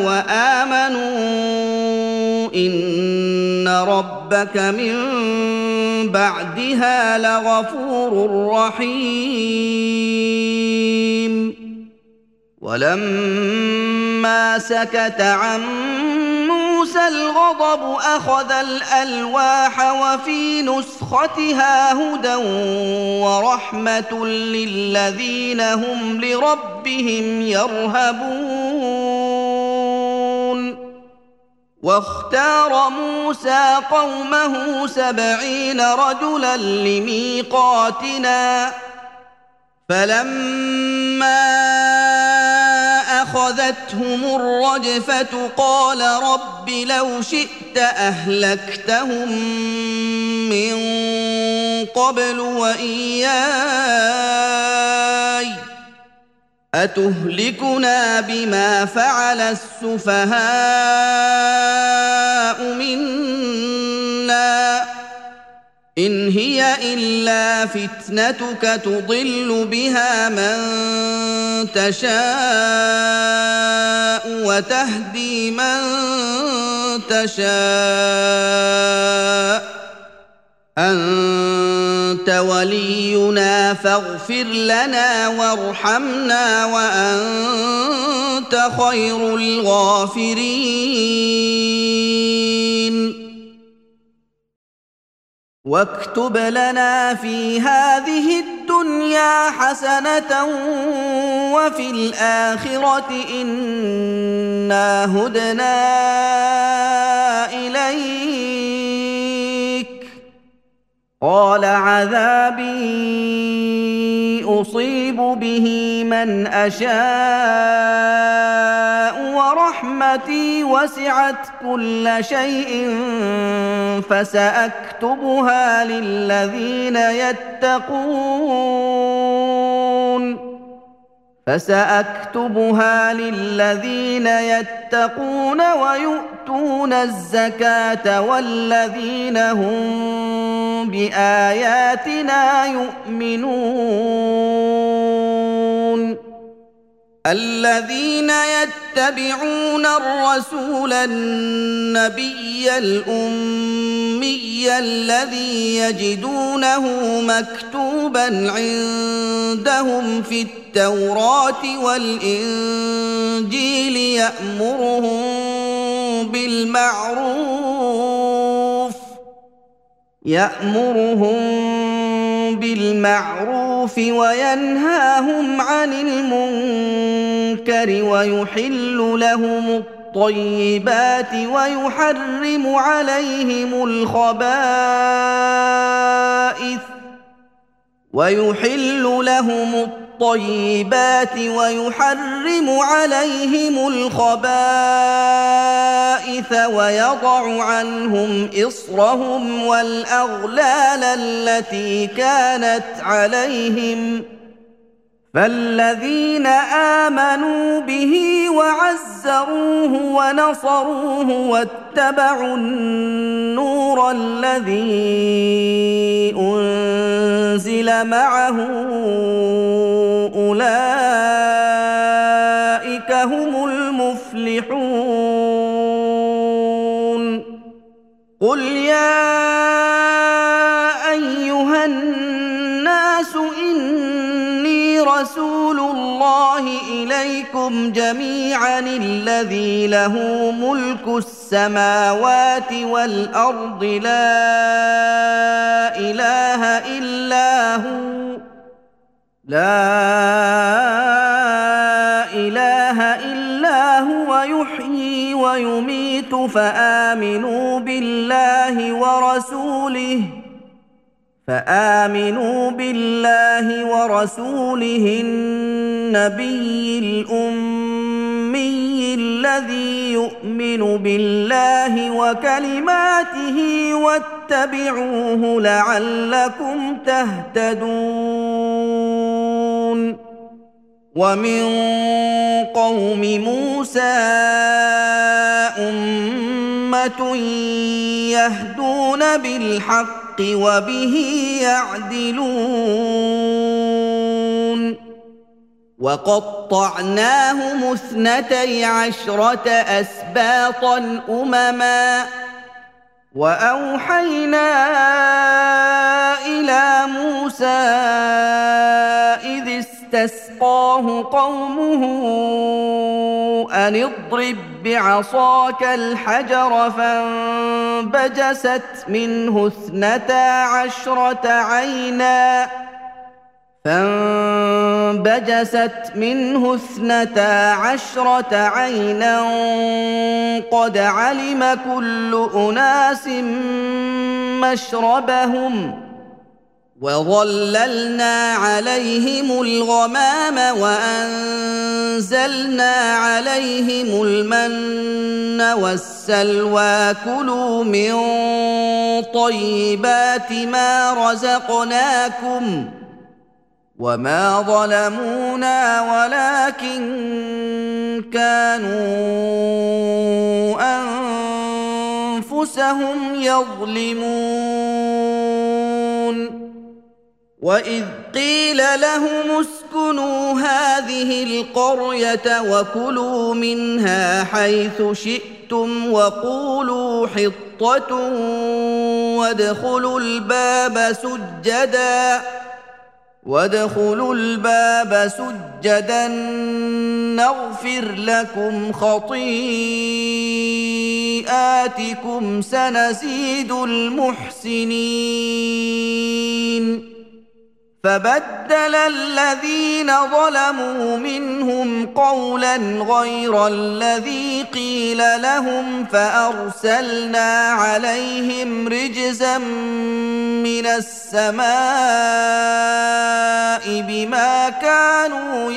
وآمنوا إن ربك من بعدها لغفور رحيم ولما سكت عن موسى الغضب أخذ الألواح وفي نسختها هدى ورحمة للذين هم لربهم يرهبون واختار موسى قومه سبعين رجلا لميقاتنا فلما أخذتهم الرجفة قال رب لو شئت أهلكتهم من قبل وإياي أتهلكنا بما فعل السفهاء منا إن هي إلا فتنتك تضل بها من تشاء وتهدي من تشاء أنت ولينا فاغفر لنا وارحمنا وأنت خير الغافرين واكتب لنا في هذه الدنيا حسنة وفي الآخرة إنا هدنا إليك قال عذابي أصيب به من أشاء ورحمتي وسعت كل شيء فسأكتبها للذين يتقون فسأكتبها للذين يتقون ويؤتون الزكاة والذين هم بآياتنا يؤمنون الذين يتبعون الرسول النبي الأمي الذي يجدونه مكتوبا عندهم في التوراة والإنجيل يأمرهم بالمعروف يأمرهم بالمعروف وينهاهم عن المنكر ويحل لهم الطيبات ويحرم عليهم الخبائث ويحل لهم الطيبات ويحرم عليهم الخبائث ويضع عنهم إصرهم والأغلال التي كانت عليهم فالذين آمنوا به وعزروه ونصروه واتبعوا النور الذي أنزل معه أولئك هم المفلحون قل يا أيها الناس إني رسول الله إليكم جميعا الذي له ملك السماوات والأرض لا إله إلا هو لا إله إلا هو يحيي ويميت فآمنوا بالله ورسوله فآمنوا بالله ورسوله النبي الأمي الذي يؤمن بالله وكلماته واتبعوه لعلكم تهتدون ومن قوم موسى أمة يهدون بالحق وبه يعدلون وقطعناهم اثنتي عشرة أسباطا أمما وأوحينا إلى موسى إذ استسقاه قومه أن اضرب بعصاك الحجر فانبجست منه اثنتا عشرة عينا فانبجست منه اثنتا عشرة عينا قد علم كل أناس مشربهم وظللنا عليهم الغمام وأنزلنا عليهم المن والسلوى كلوا من طيبات ما رزقناكم وما ظلمونا ولكن كانوا أنفسهم يظلمون وإذ قيل لهم اسكنوا هذه القرية وكلوا منها حيث شئتم وقولوا حطة وادخلوا الباب سجداً وادخلوا الباب سجدا نغفر لكم خطيئاتكم سنزيد المحسنين فبدل الذين ظلموا منهم قولا غير الذي قيل لهم فأرسلنا عليهم رجزا من السماء بما كانوا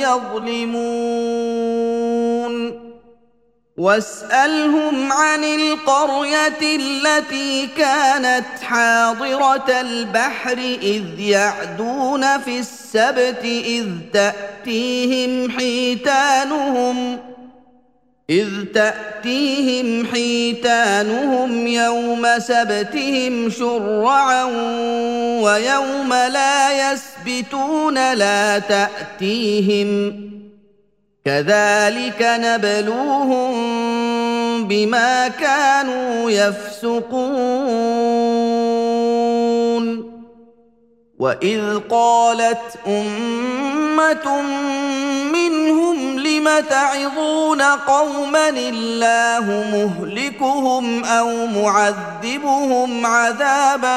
يظلمون واسألهم عن القرية التي كانت حاضرة البحر إذ يعدون في السبت إذ تأتيهم حيتانهم إذ تأتيهم حيتانهم يوم سبتهم شرعا ويوم لا يسبتون لا تأتيهم كذلك نبلوهم بما كانوا يفسقون وإذ قالت أمة منهم لم تعظون قوما الله مهلكهم أو معذبهم عذابا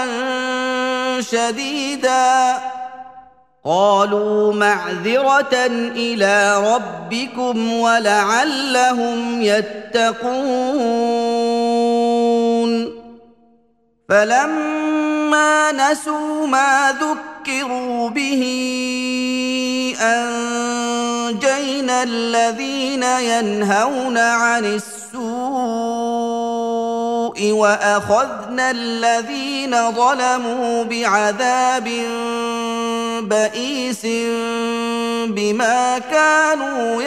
شديدا قالوا معذرة إلى ربكم ولعلهم يتقون فلما نسوا ما ذكروا به أنجينا الذين ينهون عن السوء وأخذنا الذين ظلموا بعذاب بئيس بما كانوا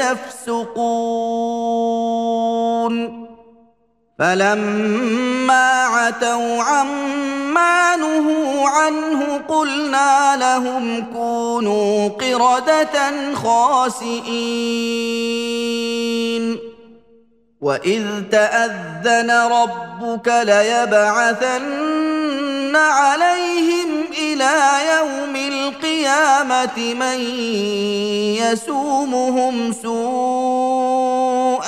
يفسقون فلما عتوا عما نهوا عنه قلنا لهم كونوا قردة خاسئين وإذ تأذن ربك ليبعثن عليهم إلى يوم القيامة من يسومهم سوء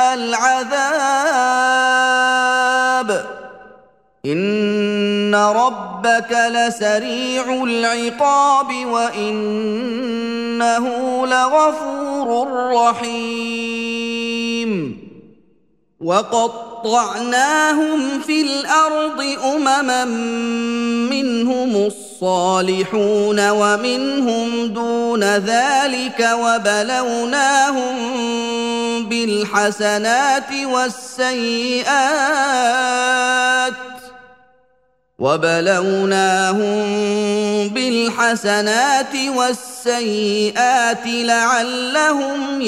العذاب إن ربك لسريع العقاب وإنه لغفور رحيم وقطعناهم في الأرض أمما منهم الصالحون ومنهم دون ذلك وبلوناهم بالحسنات والسيئات وبلوناهم بالحسنات والسيئات لعلهم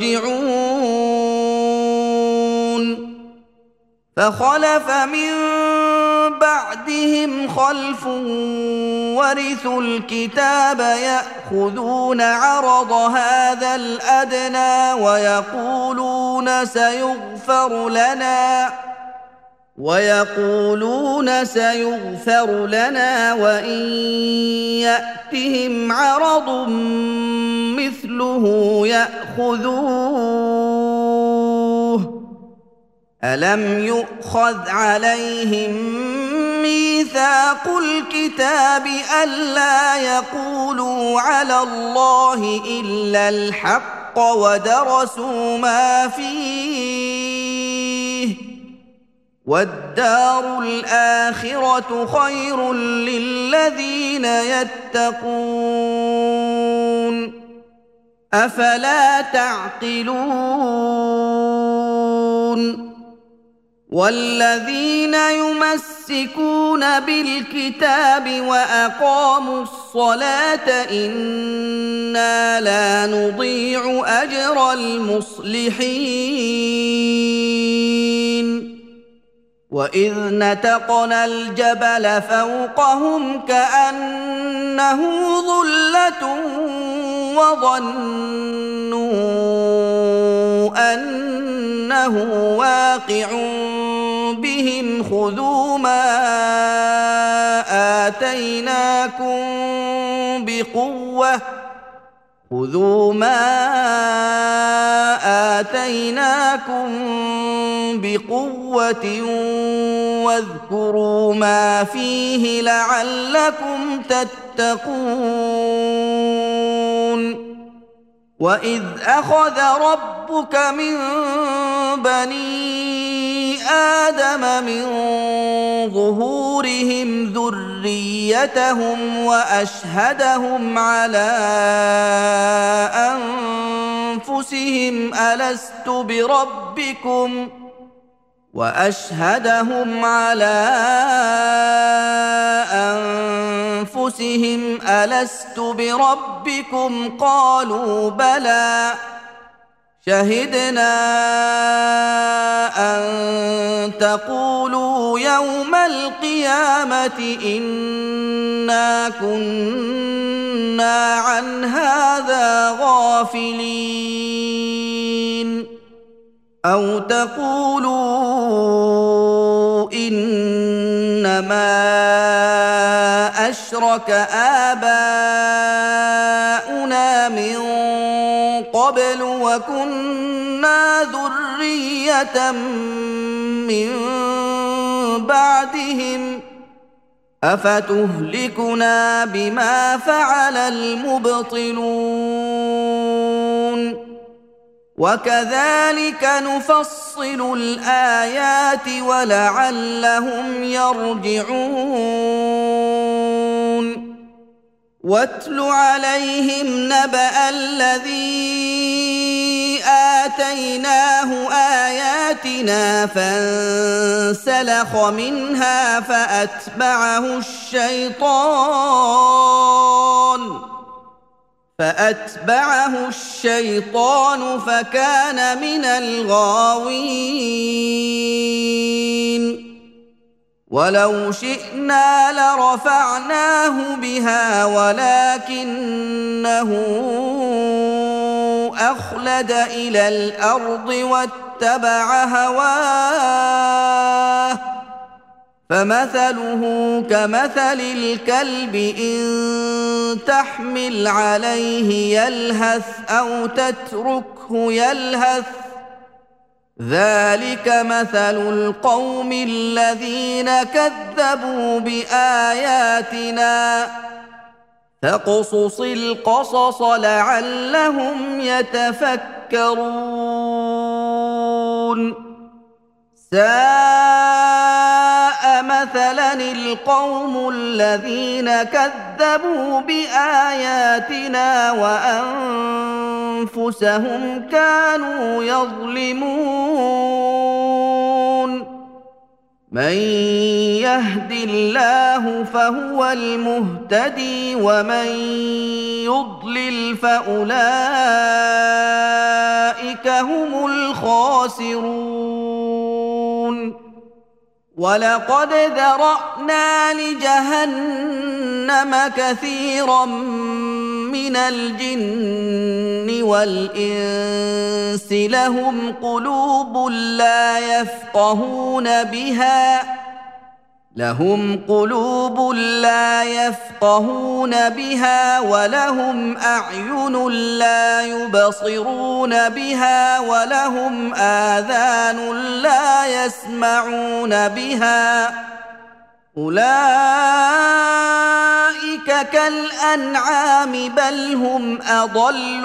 يرجعون فخلف من بعدهم خلف ورثوا الكتاب يأخذون عرض هذا الأدنى ويقولون سيغفر لنا ويقولون سيغفر لنا وإن يأتهم عرض مثله يأخذوه ألم يؤخذ عليهم ميثاق الكتاب ألا يقولوا على الله إلا الحق ودرسوا ما فيه والدار الآخرة خير للذين يتقون أفلا تعقلون والذين يمسكون بالكتاب وأقاموا الصلاة إنا لا نضيع أجر المصلحين وإذ نتقنا الجبل فوقهم كأنه ظلة وظنوا أنه واقع بهم خذوا ما آتيناكم بقوة خذوا ما آتيناكم بقوة واذكروا ما فيه لعلكم تتقون وإذ أخذ ربك من بني آدم من ظهورهم ذريتهم وأشهدهم على أنفسهم ألست بربكم وأشهدهم على أنفسهم ألست بربكم قالوا بلى شهدنا أن تقولوا يوم القيامة إنا كنا عن هذا غافلين أو تقولوا إنما أشرك آباؤنا من قبل وكنا ذرية من بعدهم أفتهلكنا بما فعل المبطلون وكذلك نفصل الآيات ولعلهم يرجعون واتل عليهم نبأ الذي آتيناه آياتنا فانسلخ منها فأتبعه الشيطان فأتبعه الشيطان فكان من الغاوين ولو شئنا لرفعناه بها ولكنه أخلد إلى الأرض واتبع هواه فمثله كمثل الكلب إن تحمل عليه يلهث أو تتركه يلهث ذلك مثل القوم الذين كذبوا بآياتنا فاقصص القصص لعلهم يتفكرون ساء مثلا القوم الذين كذبوا بآياتنا وأنفسهم كانوا يظلمون من يهد الله فهو المهتدي ومن يضلل فأولئك هم الخاسرون ولقد ذرأنا لجهنم كثيرا من الجن والإنس لهم قلوب لا يفقهون بها لهم قلوب لا يفقهون بها ولهم أعين لا يبصرون بها ولهم آذان لا يسمعون بها أولئك كالأنعام بل هم أضل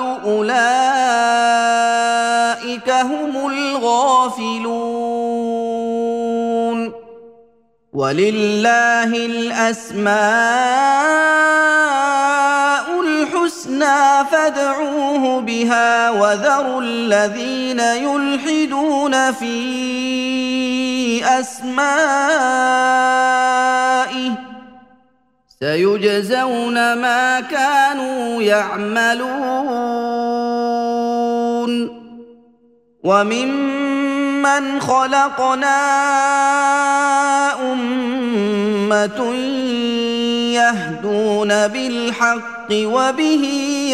أولئك هم الغافلون ولله الأسماء الحسنى فادعوه بها وذروا الذين يلحدون في أسمائه سيجزون ما كانوا يعملون وممن خلقنا أمة يهدون بالحق وبه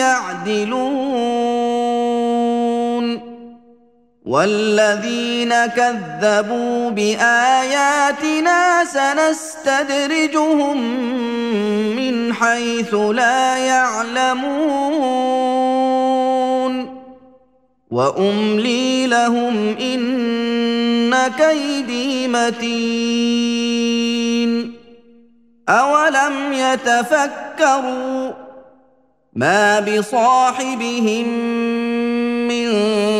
يعدلون والذين كذبوا بآياتنا سنستدرجهم من حيث لا يعلمون وأملي لهم إن كيدي متين أولم يتفكروا ما بصاحبهم من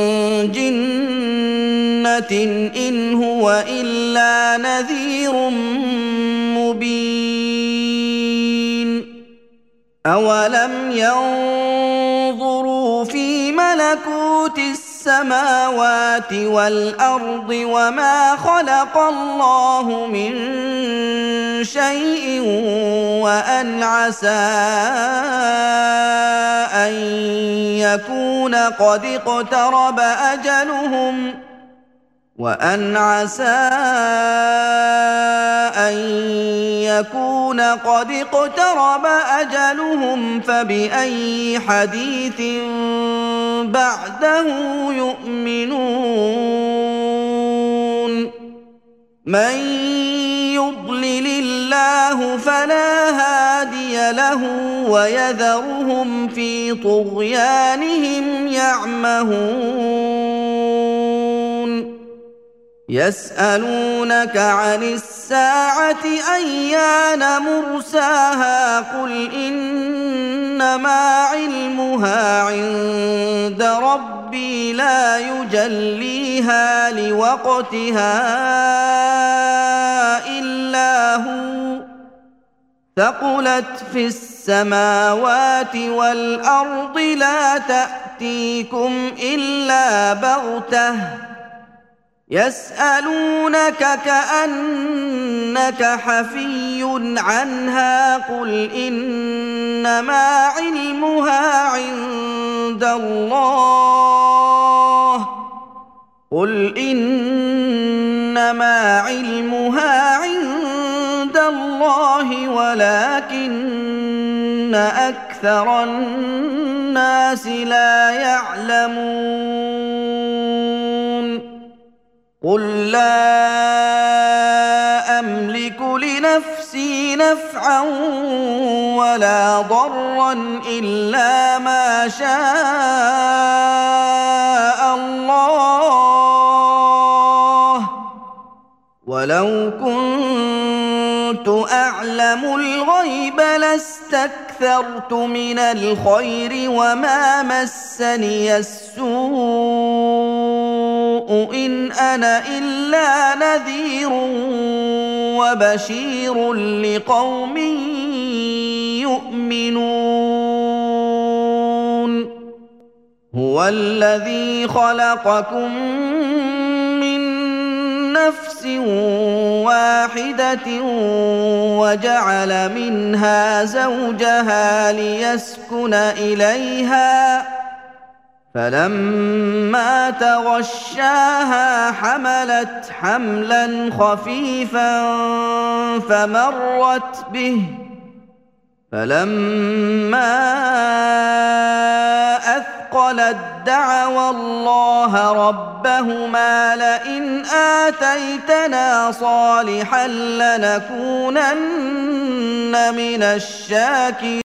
جنة إن هو إلا نذير مبين أولم ينظروا في ملكوت السماوات والأرض وما خلق الله من شيء وأن عسى أن يكون قد اقترب أجلهم وأن عسى أن يكون قد اقترب أجلهم فبأي حديث بعده يؤمنون من يضلل الله فلا هادي له ويذرهم في طغيانهم يعمهون يسألونك عن الساعة أيان مرساها قل إنما علمها عند ربي لا يجليها لوقتها إلا هو ثقلت في السماوات والأرض لا تأتيكم إلا بغتة يسألونك كأنك حفي عنها قل إنما علمها عند الله قل إنما علمها عند الله ولكن أكثر الناس لا يعلمون قل لا أملك لنفسي نفعا ولا ضرا إلا ما شاء الله ولو كنت أعلم الغيب لاستكثرت من الخير وما مسني السوء إن أنا إلا نذير وبشير لقوم يؤمنون هو الذي خلقكم من نفس واحدة وجعل منها زوجها ليسكن إليها فلما تغشاها حملت حملا خفيفا فمرت به فلما أثقلت دعوا الله ربهما لئن آتيتنا صالحا لنكونن من الشاكرين